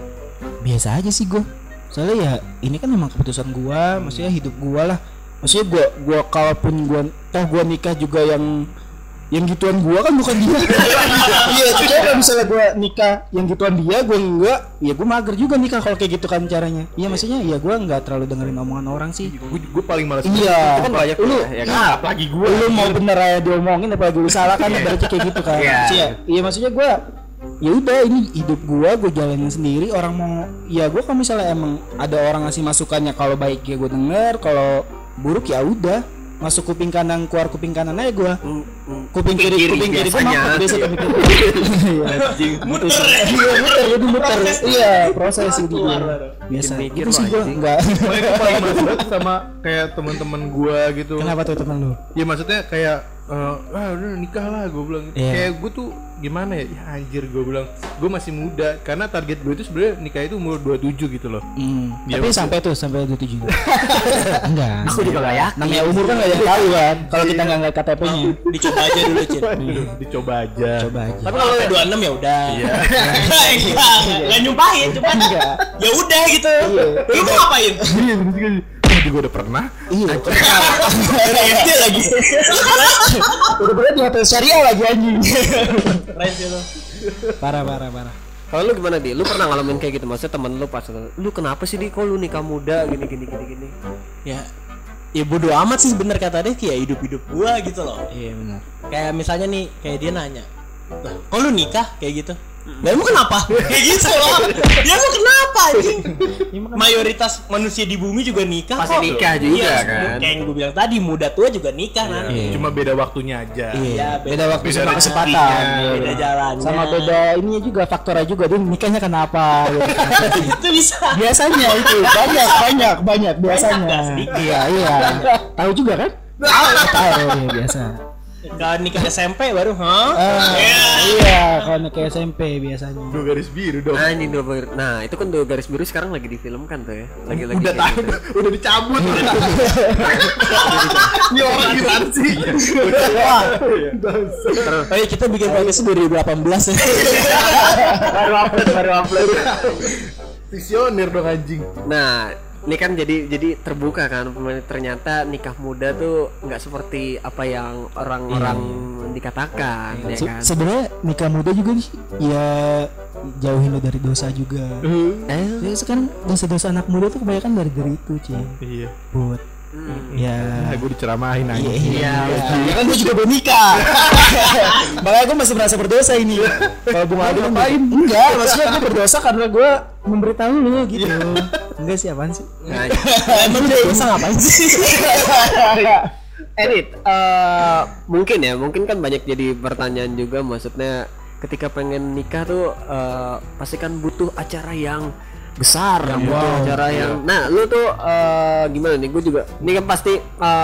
Biasa aja sih gua. Soalnya ya ini kan memang keputusan gua, maksudnya hidup gua lah. Maksudnya gua gua kalaupun gua toh gua nikah juga yang yang gituan gua kan bukan dia. Iya, jadi kalau misalnya gua nikah yang gituan dia, gua enggak, ya gua mager juga nikah kalau kayak gitu kan caranya. Iya maksudnya ya gua enggak terlalu dengerin omongan orang sih. Gue gue paling malas. Iya, Itu kan banyak lu, ya, ya kan? Ah, apalagi gue. lu mau bener aja diomongin apalagi lu salah kan berarti kayak gitu kan. Iya. Iya, iya maksudnya gua ya udah ini hidup gua, gua jalanin sendiri. Orang mau ya gua kalau misalnya emang ada orang ngasih masukannya kalau baik ya gua denger, kalau buruk ya udah. Masuk kuping kanan keluar kuping kanan aja gua. Kuping kiri kuping kiri gua biasanya. mampet biasa kuping kiri. Iya. Muter. Iya muter jadi muter. Iya proses itu dia. Biasa. Mikir Itu sih loh, gua anjing. enggak. Makanya gue paling malas banget sama kayak teman-teman gue gitu. Kenapa tuh teman lu? Ya maksudnya kayak eh, ah udah nikah lah gue bilang. Iya. Kayak gue tuh gimana ya? Ya anjir gue bilang. Gue masih muda karena target gue itu sebenarnya nikah itu umur dua puluh tujuh gitu loh. Hmm. Iya, Tapi maksud- sampai tuh sampai dua puluh tujuh. Enggak. Aku juga nggak yakin. Namanya umur kan nggak ada yang tahu kan. Kalau kita nggak ngeliat K T P-nya. Dicoba aja dulu, Cin. Dicoba aja. Coba aja. Tapi kalau dua puluh enam ya udah. Iya. Enggak, enggak nyumpahin, cuma Enggak. ya udah gitu. Lu mau ngapain? Iya bener juga. Gue juga udah pernah. Iya. Dari S D lagi. Udah bener di hotel syariah lagi anjing. Keren sih lu. Parah parah parah. Kalau lu gimana Di? Lu pernah ngalamin kayak gitu? Maksudnya temen lu pas lu kenapa sih Di kok lu nikah muda gini gini gini gini? Ya ya bodo amat sih bener kata dia, kayak hidup-hidup gua gitu loh. Iya benar. Kayak misalnya nih, kayak dia nanya, "Lah, kok lu nikah?" kayak gitu. Lah emang kenapa? Kayak gitu loh. Dia emang kenapa anjing? Mayoritas manusia di bumi juga nikah Pasti kok. nikah juga, Iya, kan? kayak yang gue bilang tadi, muda tua juga nikah nanti. Iya. Cuma beda waktunya aja. Iya, beda beda waktu beda sama rezekinya. kesempatan. Beda jalannya. Sama beda ininya juga faktornya juga dia nikahnya kenapa gitu. Itu bisa. Biasanya itu banyak banyak banyak biasanya. nggak sedikit? Iya iya. Tahu juga kan? Tahu ya biasa. Kalau nikah S M P baru, hah? Ah, iya, kalau nikah S M P biasanya. Dua garis biru dong. Anjing dua garis. Nah, itu kan dua garis biru sekarang lagi difilmkan tuh ya. Lagi-lagi Udah kayak tahu, gitu. udah dicabut. Ini orang gimana sih? Oh iya, kita bikin podcast dua ribu delapan belas ya. Baru upload, baru upload. Visioner dong anjing. Nah, ini kan jadi jadi terbuka kan, ternyata nikah muda tuh nggak seperti apa yang orang-orang dikatakan, ya Se- kan? Sebenarnya nikah muda juga nih ya jauhin lo dari dosa juga. Eh, Ya sekarang dosa-dosa anak muda tuh kebanyakan dari dari itu sih. Iya. Buat ya. Nah, gue diceramahin aja. Iya, ya kan gue juga belum nikah. Makanya gue masih merasa berdosa ini. Kalau gue ngadu ngapain? Enggak, maksudnya gue berdosa karena gue memberitahu lu gitu. Enggak sih, apaan sih? nah, Emang udah dosa ngapain sih? Edit, eh, mungkin ya, mungkin kan banyak jadi pertanyaan juga, maksudnya ketika pengen nikah tuh eh, pasti kan butuh acara yang besar, butuh acara yang, nah lu tuh eh, gimana nih? Gue juga, ini kan pasti eh,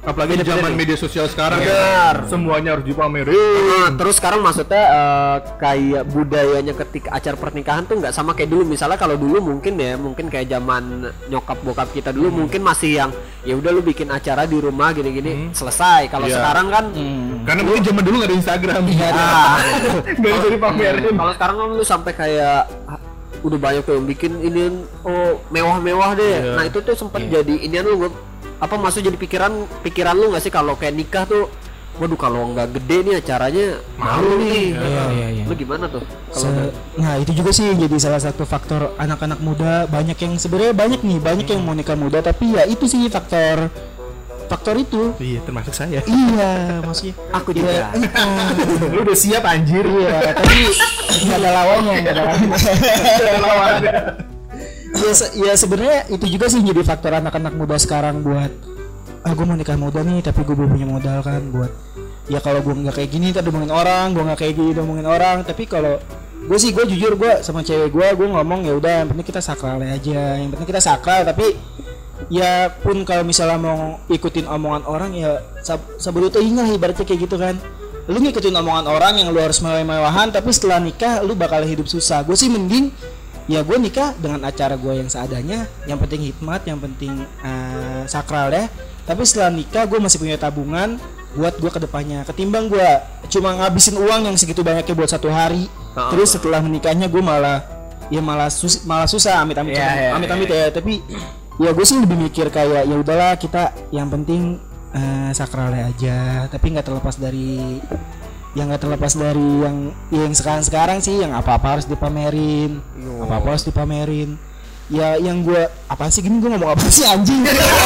Apalagi di zaman media sosial sekarang Benar. ya, semuanya harus dipamerin. Nah, terus sekarang maksudnya uh, kayak budayanya ketika acara pernikahan tuh nggak sama kayak dulu. Misalnya kalau dulu mungkin ya, mungkin kayak zaman nyokap bokap kita dulu hmm. mungkin masih yang ya udah lu bikin acara di rumah gini-gini hmm. selesai. Kalau yeah. sekarang kan hmm. karena mungkin zaman dulu nggak ada Instagram. Iya. Nah, nggak bisa dipamerin. Kalau sekarang kan lu sampai kayak udah banyak tuh yang bikin ini oh mewah-mewah deh. Yeah. Nah, itu tuh sempat yeah. jadi inian lu apa maksud jadi pikiran pikiran lu nggak sih kalau kayak nikah tuh waduh kalau nggak gede nih acaranya malu nih. Iya, iya, iya. Lu gimana tuh? Se nah itu juga sih jadi salah satu faktor anak-anak muda banyak yang sebenarnya banyak nih banyak yang mau nikah muda tapi ya itu sih faktor faktor itu. Iya termasuk saya. Iya maksudnya aku juga. Lu udah siap anjir. Iya tapi nggak ada lawannya nggak ada lawannya. Nggak ada lawannya. Ya, se ya sebenarnya itu juga sih jadi faktor anak-anak muda sekarang buat ah gue mau nikah muda nih tapi gue belum punya modal kan buat ya kalau gue nggak kayak gini tadi ngomongin orang gue nggak kayak gini ngomongin orang tapi kalau gue sih gue jujur gue sama cewek gue gue ngomong ya udah yang penting kita sakral aja yang penting kita sakral tapi ya pun kalau misalnya mau ikutin omongan orang ya sab sabulu tehinga ibaratnya kayak gitu kan lu ngikutin omongan orang yang lu harus mewah-mewahan tapi setelah nikah lu bakal hidup susah. Gue sih mending ya gue nikah dengan acara gue yang seadanya yang penting hikmat yang penting uh, sakral ya tapi setelah nikah gue masih punya tabungan buat gue kedepannya ketimbang gue cuma ngabisin uang yang segitu banyaknya buat satu hari uh-huh. terus setelah menikahnya gue malah ya malah sus malah susah amit amit yeah, yeah, amit amit yeah. ya tapi ya gue sih lebih mikir kayak ya udahlah kita yang penting uh, sakralnya aja tapi nggak terlepas dari yang nggak terlepas dari yang yang sekarang-sekarang sih yang apa-apa harus dipamerin oh. apa-apa harus dipamerin ya yang gue apa sih gini gue ngomong apa sih anjing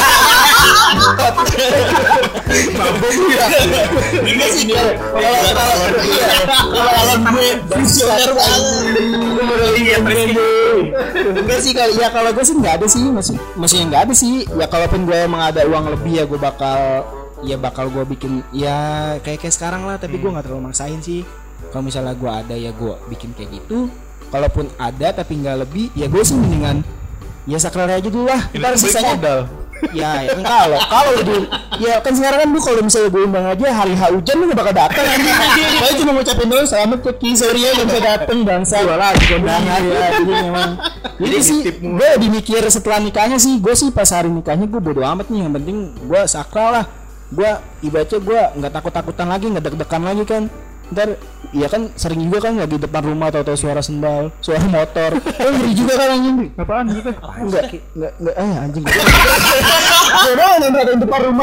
mabuk ya ini sih kalau kalau gue visioner enggak sih kalau ya kalau gue sih nggak ada sih masih masih nggak ada sih ya kalaupun gue emang ada uang lebih ya gue bakal ya bakal gue bikin ya kayak kayak sekarang lah tapi hmm. gue nggak terlalu maksain sih kalau misalnya gue ada ya gue bikin kayak gitu kalaupun ada tapi nggak lebih ya gue sih mendingan ya sakralnya aja dulu lah ntar sisanya modal ya ya kan kalau kalau di ya kan sekarang kan lu kalau misalnya gue undang aja hari H hujan lu gak bakal datang saya cuma mau ngucapin dulu selamat ke Ki sorry ya gak bisa datang bangsa gue lagi kondangan ya jadi memang jadi sih gue dimikir setelah nikahnya sih gue sih pas hari nikahnya gue bodo amat nih yang penting gue sakral lah gue ibaratnya gue nggak takut-takutan lagi nggak deg-degan lagi kan ntar ya kan sering juga kan lagi depan rumah atau suara sendal suara motor kan ngeri juga kan anjing apaan gitu enggak enggak enggak eh anjing udah nonton depan rumah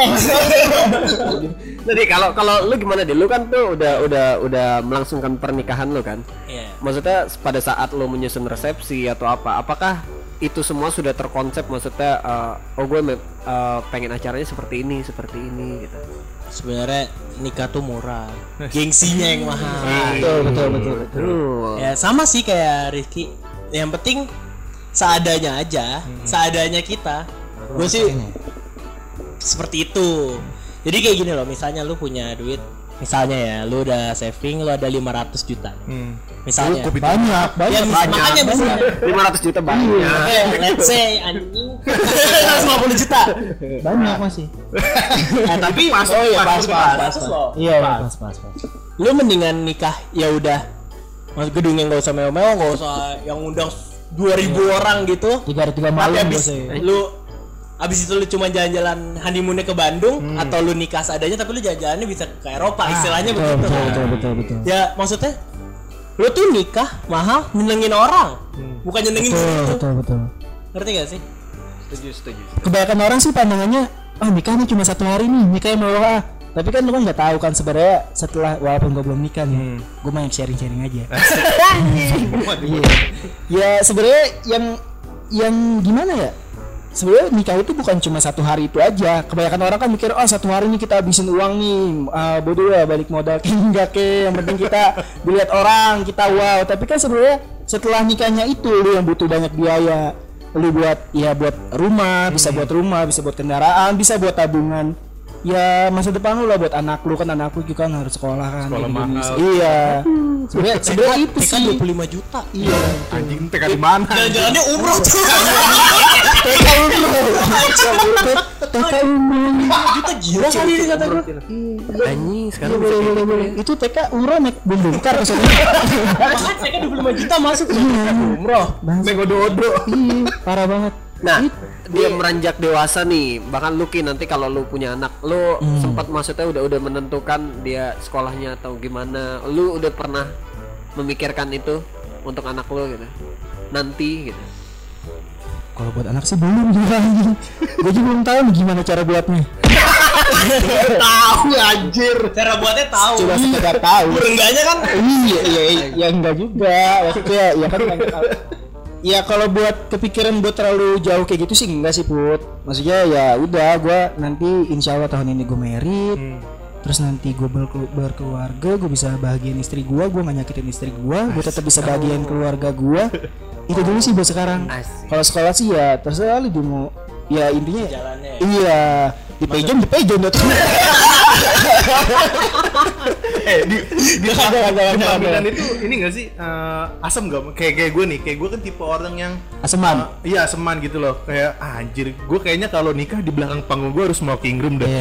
jadi kalau kalau lu gimana deh lu kan tuh udah udah udah melangsungkan pernikahan lu kan yeah. Maksudnya pada saat lu menyusun resepsi atau apa apakah itu semua sudah terkonsep maksudnya uh, oh gue uh, pengen acaranya seperti ini seperti ini gitu. Sebenarnya nikah tuh murah, gengsinya yang mahal. Betul betul betul betul. Ya sama sih kayak Rizky. Yang penting seadanya aja, hmm. seadanya kita. Gue sih seperti itu. Jadi kayak gini loh, misalnya lu punya duit, misalnya ya, lu udah saving, lu ada lima ratus juta. Hmm. Misalnya. Oh, banyak, banyak. Ya, banyak. Makanya bisa lima ratus juta banyak. Eh, let's say anjing seratus lima puluh juta. Banyak masih. Eh, tapi pas, oh iya pas, pas, pas, pas, pas. Iya, pas, pas, pas. Lu mendingan nikah ya udah. Mas gedungnya enggak usah mewah-mewah, enggak usah yang undang dua ribu yeah. orang gitu. tiga hari tiga malam biasanya. Lu abis itu lu cuma jalan-jalan honeymoonnya ke Bandung hmm. atau lu nikah seadanya tapi lu jalan-jalannya bisa ke Eropa ah, istilahnya betul, begitu betul, kan. Betul, betul, betul. Ya maksudnya lu tuh nikah mahal nyenengin orang hmm. bukan nyenengin betul, diri betul, betul, betul. Ngerti gak sih? Setuju, setuju. Kebanyakan orang sih pandangannya ah nikah nih cuma satu hari nih nikahnya mewah. Tapi kan lu kan nggak tahu kan sebenarnya setelah walaupun gue belum nikah nih, hmm. gue main sharing-sharing aja. Iya. Ya sebenarnya yang yang gimana ya? Sebenarnya nikah itu bukan cuma satu hari itu aja. Kebanyakan orang kan mikir, oh satu hari ini kita habisin uang nih, uh, bodoh ya balik modal ke enggak ke. Yang penting kita dilihat orang, kita wow. Tapi kan sebenarnya setelah nikahnya itu lu yang butuh banyak biaya. Lu buat ya buat rumah, bisa buat rumah, bisa buat kendaraan, bisa buat tabungan. ya masa depan lu lah buat anak lu kan anak lu juga kan harus sekolah kan. Sekolah di Indonesia. mahal. Iya. Sebenarnya sebenarnya itu T K sih. dua puluh lima juta. Iya. Anjing T K di mana? Jalan-jalannya umroh tuh. T K umroh. T K umroh. Juta gila kali ini kata gue. Anjing sekarang Iya, bisa boleh kayak boleh gitu boleh. ya. Itu T K umroh naik bom bongkar kesana. Makanya T K dua puluh lima juta masuk umroh. Mego dodo. Iya, parah banget. Nah, dia meranjak dewasa nih. Bahkan lu Ki nanti kalau lu punya anak, lu Hmm. sempat maksudnya udah udah menentukan dia sekolahnya atau gimana. Lu udah pernah memikirkan itu untuk anak lu gitu. Nanti gitu. Kalau buat anak sih belum juga anjing. Gue juga belum tahu nih gimana cara buatnya. Tahu anjir. Cara buatnya tahu. Coba sekedar tahu. Enggaknya kan Iya, iya, iya, ya enggak juga. Maksudnya ya kan enggak tahu. Ya kalau buat kepikiran buat terlalu jauh kayak gitu sih enggak sih Put. Maksudnya ya udah gue nanti insya Allah tahun ini gue married. Hmm. Terus nanti gue berkelu- berkeluarga, gue bisa bahagiain istri gue, gue gak nyakitin istri gue, gue tetap bisa bahagiain keluarga gue. Itu dulu sih buat sekarang. Asik. Kalau sekolah sih ya terserah lu dia mau. Ya intinya jalannya. iya di pejon di pejon tuh. Eh di di Jangan, jangan, jangan, di jangan. pelaminan itu ini nggak sih eh, asam gak? Kayak kayak gue nih, kayak gue kan tipe orang yang Aseman. eh, iya aseman gitu loh. Kayak ah, anjir, gue kayaknya kalau nikah di belakang panggung gue harus smoking room dah.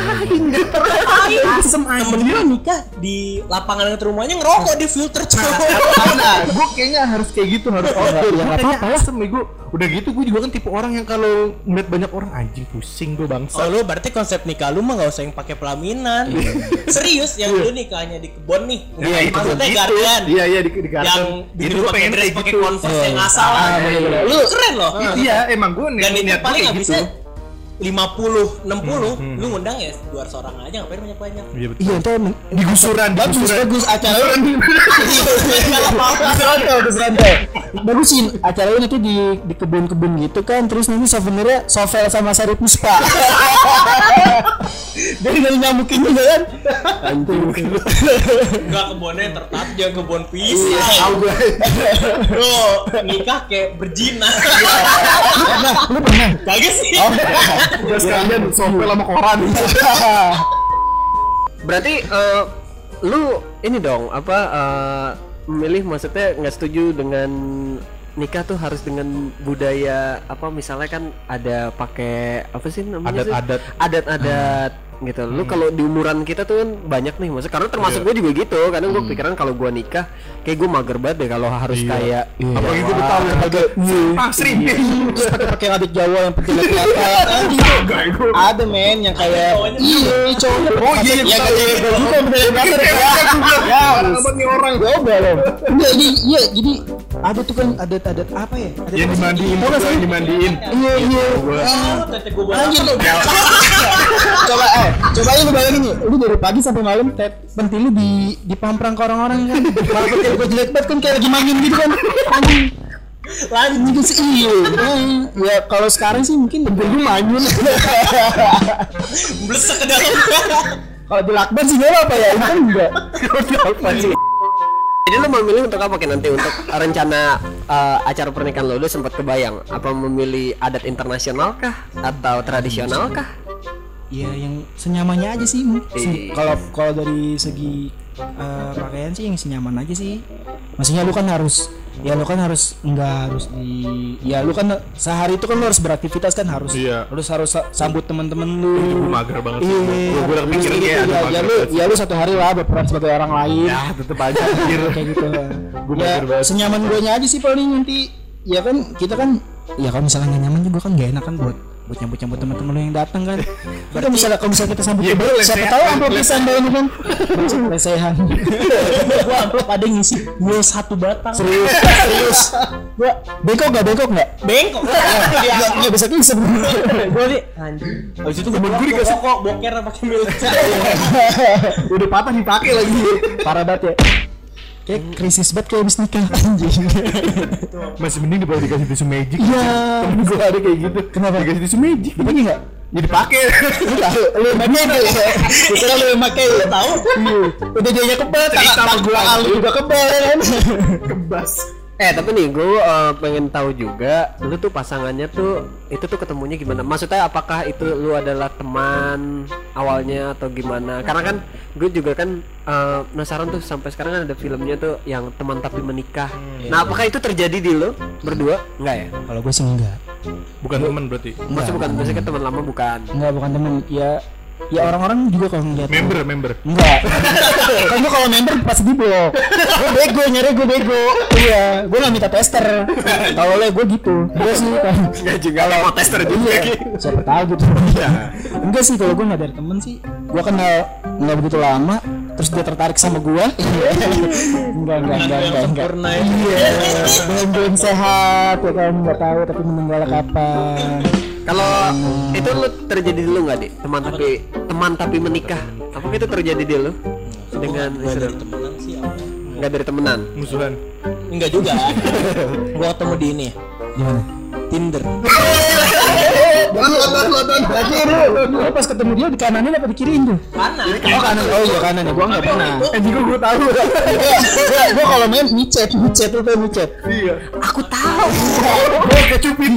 Asem temen gue nikah di lapangan dekat rumahnya ngerokok di filter cowok. Nah, gue kayaknya harus kayak gitu, harus outdoor. ya, Gue nggak kayaknya apa-apa lah. asem nih gue. Udah gitu gue juga kan tipe orang yang kalau ngeliat banyak orang anjing pusing gue bangsa. Oh lu berarti konsep nikah lu mah gak usah yang pakai pelaminan. Serius yang lu nikahnya di kebon nih. Iya, itu Maksudnya gitu. garden. Iya iya di, di garden. Yang itu bikin gue pakai pengen dress kayak pakai gitu. converse yang Iya. asal. Ah, bener-bener. Lu keren loh. Iya emang gue Dan itu niat paling kayak habisnya gitu. lima puluh, enam puluh, lu ngundang ya dua ratus orang aja ngapain banyak-banyak. Iya betul. Iya itu emang Di gusuran, di bagus gusuran. bagus acara Gusurantel Gusurantel bagus sih acaranya nanti di di kebun-kebun gitu kan terus nanti souvenirnya Sovel sama Sari Puspa. Jadi dari nyamukin juga kan. Enggak kebunnya tertata jangan kebun pisang. Tahu gue. Lu nikah kayak berjina. Lu pernah lu pernah Kagak sih. Udah sekalian sopel sama koran. Berarti eh, lu ini dong apa eh, memilih maksudnya nggak setuju dengan nikah tuh harus dengan budaya apa misalnya kan ada pakai apa sih namanya sih? Adat-adat. adat-adat gitu. Lu kalau di umuran kita tuh kan banyak nih maksudnya karena termasuk gue juga gitu. Kadang gue pikiran kalau gue nikah kayak gue mager banget deh kalau harus Iya. kayak Apalagi gue Betawi pakai pasri. terus pakai pakai adik Jawa yang penting kelihatan. Ada men yang kayak iya cowok. Oh iya iya. Yang kayak bukan bener bener ya. Apa nih orang? Coba loh. Enggak jadi iya jadi ada tuh kan adat-adat apa ya? Adat Yang dimandiin, Tau nggak sih? yang dimandiin. Iya iya. Ah, tete gua buat Anjir apa lu. lu? Coba eh, coba aja lu bayangin nih, lu dari pagi sampai malam tet pentil lu di dipamprang ke orang-orang kan. Malah pentil gua jelek banget kan kayak lagi main gitu kan. Anjing. Lanjut gitu sih iya. Eh, Ya kalau sekarang sih mungkin pentil gua manyun. Blesek ke dalam. Kalau di lakban sih enggak apa ya, itu kan enggak. Jadi lu memilih untuk apa Ki nanti untuk rencana eh, acara pernikahan lo? Lu sempat kebayang apa memilih adat internasional kah atau tradisional kah? Ya yang senyamannya aja sih. Mu. Iya. Se- Kalau kalau dari segi eh, pakaian sih yang senyaman aja sih. Maksudnya lu kan harus ya lu kan harus enggak harus di ya lu kan sehari itu kan lu harus beraktivitas kan harus Iya. harus harus sa- sambut teman-teman lu. Gue mager banget sih. Iya, Gue udah mikir gitu, kayak ya, ada ya mager lu banget. ya lu satu hari lah berperan sebagai orang lain. Ya tetep aja anjir. Kayak gitu. Gua Ya mager banget. senyaman gue aja sih paling nanti ya kan kita kan ya kalau misalnya nggak nyaman juga kan gak enak kan buat buat nyambut-nyambut teman-teman lu yang datang kan. Kita misalnya kalau misalnya kita sambut Ya, ya, boleh, siapa lesehan, tahu amplop lesehan. pisan bawa ini kan. Lesehan. Gua amplop ada yang ngisi gua satu batang. Serius, serius. Gua bengkok enggak bengkok enggak? Bengkok. Enggak enggak bisa bisa. Gua nih anjing. Habis itu gua gue dikasih kok boker pakai milk. Udah patah dipakai lagi. Parah banget ya. Kayak krisis banget kayak habis nikah anjing. Masih mending daripada dikasih tisu magic. Iya. Temen gue ada kayak gitu. Kenapa? Dikasih tisu magic. Dipakai enggak? Ya dipakai. Lu tahu, lu yang pakai ya. Kira lu yang pakai ya tahu. Udah dianya kebal, Cerita tangan sama gua. tangan lu juga kebal ya kan. Kebas. Eh tapi nih gue uh, pengen tahu juga lu tuh pasangannya tuh itu tuh ketemunya gimana? Maksudnya apakah itu lu adalah teman awalnya atau gimana? Karena kan gue juga kan uh, penasaran tuh sampai sekarang kan ada filmnya tuh yang teman tapi menikah. Hmm, nah apakah itu terjadi di lu berdua? Enggak ya? Kalau gue sih enggak. Bukan teman berarti. Maksudnya bukan biasanya teman lama bukan. Enggak, bukan teman. Ya ya orang-orang juga kalau ngeliat Member, member. enggak. Kan gue kalau member pasti diblok. Gue bego, nyari gue bego. Iya, gue nggak minta tester. Kalau le gue gitu. Gue sih kan. Enggak juga kalau mau tester juga. Siapa tahu gitu. Enggak sih, kalau gue nggak dari temen sih. Gue kenal nggak begitu lama. Terus dia tertarik sama gue. Enggak, enggak, enggak, enggak, enggak. Iya, belum sehat ya kan, nggak tahu tapi meninggal kapan. Kalau itu lu terjadi dulu nggak, Dik? Teman tapi teman tapi menikah. Apakah itu terjadi di lu? Dengan Gua dari temenan sih apa? Enggak dari temenan. Musuhan. Enggak juga. Gua ketemu di ini. Gimana? Tinder. Lu pas ketemu dia di kananin apa di kiriin tuh? Mana? Oh kanan, oh iya kanan ya, gua nggak pernah. Eh juga gue tahu. Gua gua kalau main micet, micet lu tuh micet. Iya. Aku tahu. Gue kecupin.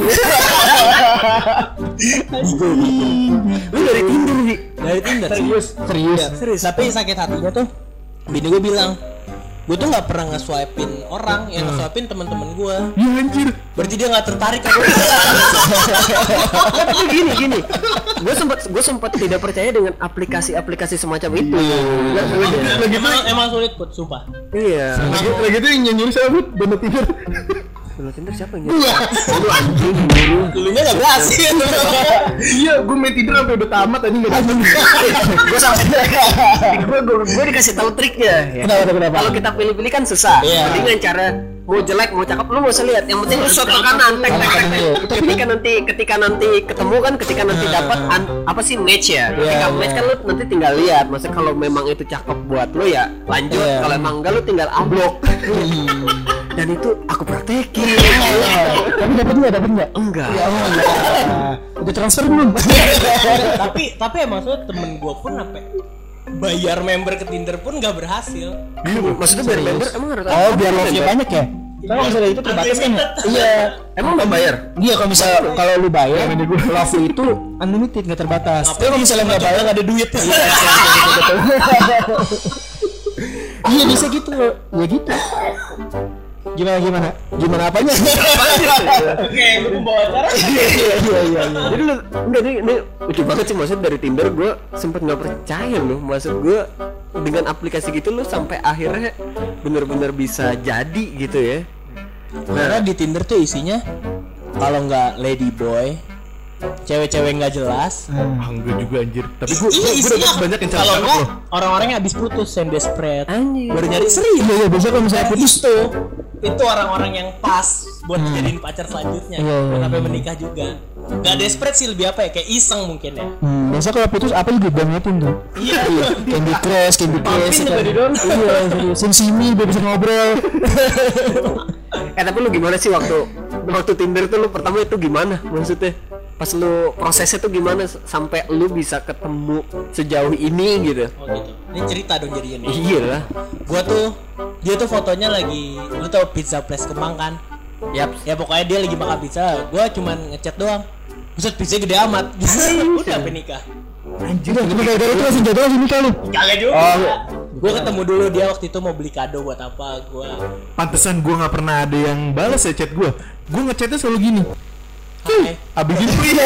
Lu dari Tinder, Dik. Dari Tinder. Serius, serius. Serius. Tapi sakit hatinya tuh bini gue bilang, gue tuh nggak pernah nge-swipein orang, yang nge-swipein teman-teman gue. Iya anjir. Berarti dia nggak tertarik sama gue. Tapi gini gini, gue sempat gue sempat tidak percaya dengan aplikasi-aplikasi semacam itu. Nggak, gue jadi- Lagi emang emang sulit put, sumpah. Iya. lagi lagi tuh yang nyanyi siapa? Download Tinder. Kalau Tinder siapa yang nyari? Lu anjing dulu. Dulunya nggak berhasil. Iya, gue main Tinder sampai udah tamat tadi enggak tahu. Gue sampai gue gue gue dikasih tahu triknya. Ya. Kenapa, kenapa? Kalau kita pilih-pilih kan susah. Iya. Mendingan cara mau jelek mau cakep lu nggak usah lihat. Yang penting lu shot ke kanan, tek tek tek. tek. Ketika nanti ketika nanti ketemu kan, ketika nanti dapat an- apa sih match ya. Ketika Iya, match iya. kan lu nanti tinggal lihat. Maksudnya kalau memang itu cakep buat lu ya lanjut. Iya. Kalau emang enggak lu tinggal unblock. Dan itu aku praktekin. Tapi dapat nggak, dapat nggak? Enggak. Nah, udah transfer belum? tapi tapi emang soalnya temen gue pun apa bayar member ke Tinder pun nggak berhasil. Maksudnya biar member emang harus Oh, biar love-nya banyak ya? Kalau misalnya itu terbatas kan ya? Iya. Emang nggak bayar? Iya, kalau misal kalau lu bayar, love lu itu unlimited, nggak terbatas. Tapi kalau misalnya nggak bayar nggak ada duit. Iya bisa gitu, ya gitu. Gimana gimana? Gimana apanya? Oke, lu pembawa acara. Iya iya iya iya. Jadi lu enggak ini, ini lucu banget sih, maksud dari Tinder gue sempet nggak percaya loh, maksud gue dengan aplikasi gitu lu sampai akhirnya bener-bener bisa jadi gitu ya. Karena di Tinder tuh isinya kalau nggak lady boy, cewek-cewek nggak jelas. Ah, enggak juga anjir. Tapi gue Iya, gue isinya dapet banyak yang kalau cakep nggak loh. orang-orang yang habis putus yang desperate Anjir. baru nyari serius. Iya iya, biasa kalau misalnya putus Itu itu orang-orang yang pas buat jadiin pacar selanjutnya, Iya, iya, buat sampai iya. menikah juga. Gak desperate sih, lebih apa ya, kayak iseng mungkin ya. Hmm, biasa kalau putus apa juga bangetin tuh. Iya. Candy Crush, Candy Crush. Pampin kan. juga di down. Iya, serius. Sim Simi biar bisa ngobrol. Eh tapi lu gimana sih waktu waktu Tinder tuh lu pertama itu gimana maksudnya? Pas lu prosesnya tuh gimana s- sampai lu bisa ketemu sejauh ini gitu? Oh gitu. Ini cerita dong jadinya nih. Iya lah. Gua tuh dia tuh fotonya lagi, lu tau pizza place Kemang kan? Yap. Ya pokoknya dia lagi makan pizza, gua cuman ngechat doang. Buset, pizza gede amat. Udah sampai nikah. Anjir, ini gara-gara itu langsung jatuh langsung nikah lu. Kagak juga. Oh. Gua ketemu dulu dia waktu itu mau beli kado buat apa? Gua Pantesan gue nggak pernah ada yang balas ya chat gue. Gue ngechatnya selalu gini. hai. Abis gitu ya.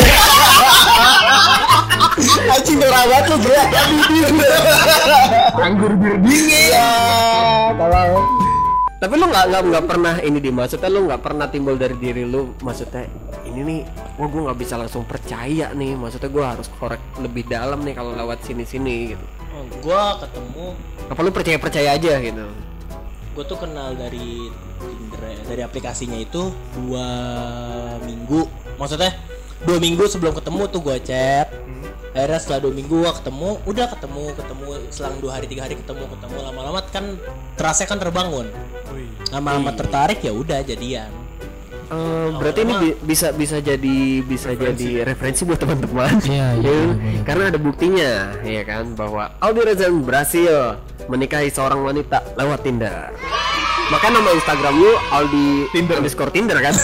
Anjing norak banget lu, Bro. Anggur bir dingin. Ya, kalau Tapi lu nggak nggak nggak pernah ini di maksudnya lu nggak pernah timbul dari diri lu maksudnya ini nih, wah gue nggak bisa langsung percaya nih, maksudnya gue harus korek lebih dalam nih kalau lewat sini-sini gitu. Oh, gua ketemu, Apa lu percaya percaya aja gitu? gua tuh kenal dari Tinder ya, dari aplikasinya itu dua minggu. Maksudnya dua minggu sebelum ketemu tuh gua chat. Akhirnya setelah dua minggu gua ketemu, udah ketemu ketemu selang dua hari tiga hari ketemu ketemu lama-lama kan terasa kan terbangun. Lama-lama tertarik ya udah jadian. Eh, berarti ini bi- bisa bisa jadi bisa jadi referensi buat teman-teman. Iya, iya, Ya, iya. karena ada buktinya, ya kan, bahwa Aldi Rezan berhasil menikahi seorang wanita lewat Tinder. Maka nama Instagram lu Aldi Tinder. underscore Tinder kan?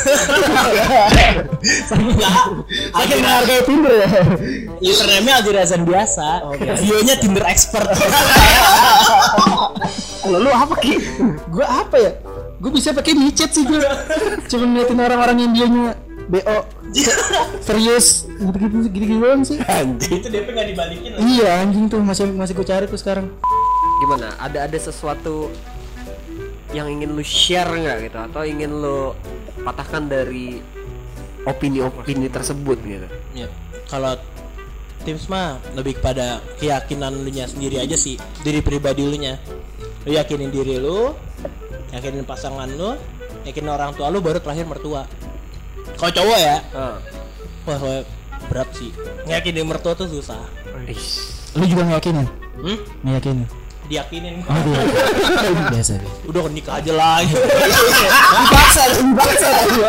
Enggak. Akhirnya menghargai Tinder ya. Username-nya Aldi Razan biasa. Bio-nya Tinder expert. Kalau lu apa Ki? Gue apa ya? Gue bisa pakai micet sih gue. Cuma ngeliatin orang-orang yang dianya B O serius gitu-gitu gitu-gitu doang sih. Itu D P enggak dibalikin. Iya anjing tuh masih masih gue cari tuh sekarang. Gimana? Ada ada sesuatu yang ingin lu share nggak gitu atau ingin lu patahkan dari opini-opini tersebut gitu? Ya, kalau tips mah lebih kepada keyakinan lu nya sendiri aja sih, diri pribadi lu nya. Lu yakinin diri lu, yakinin pasangan lu, yakinin orang tua lu, baru terakhir mertua. Kalau cowok ya, Uh. wah, wah berat sih. Yakinin mertua tuh susah. Lu juga ngeyakinin? Hmm? Ngeyakinin? Diyakinin. Oh iya. Biasa. Udah nikah aja lagi. Dipaksa, dipaksa.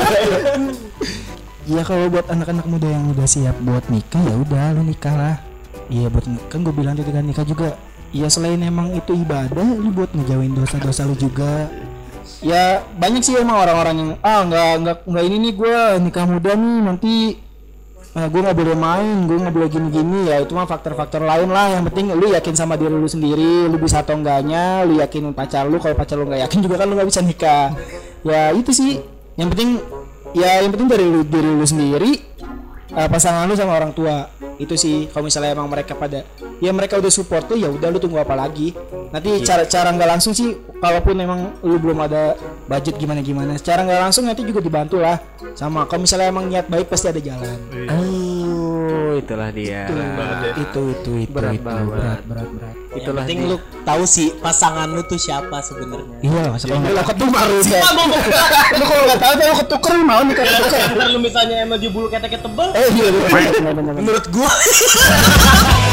Iya kalau buat anak-anak muda yang udah siap buat nikah ya udah lu nikah lah. Iya buat kan gue bilang tadi kan nikah juga. Iya selain emang itu ibadah, lu buat ngejauhin dosa-dosa lu juga. Ya banyak sih emang orang-orang yang ah nggak nggak nggak ini nih gue nikah muda nih nanti nah, gue nggak boleh main, gue nggak boleh gini-gini ya itu mah faktor-faktor lain lah. Yang penting lu yakin sama diri lu sendiri, lu bisa atau enggaknya, lu yakinin pacar lu. Kalau pacar lu nggak yakin juga kan lu nggak bisa nikah. Ya itu sih. Yang penting ya yang penting dari lu, diri lu sendiri, uh, pasangan lu sama orang tua. Itu sih. Kalau misalnya emang mereka pada ya mereka udah support tuh ya udah lu tunggu apa lagi. Nanti cara cara nggak langsung sih, kalaupun emang lu belum ada budget gimana gimana, secara nggak langsung nanti juga dibantu lah sama. Kalau misalnya emang niat baik pasti ada jalan. Oh, itulah dia. Itu itu itu itu Berat itu, banget. berat berat berat. Yang Itulah penting dia. lu tahu sih pasangan lu tuh siapa sebenarnya. Iya masalah nggak ketukar lu deh. Lu kalau nggak tahu lu ketukar mau nih ketukar. Kalau misalnya emang dia bulu keteknya tebel, Eh iya benar benar. menurut gua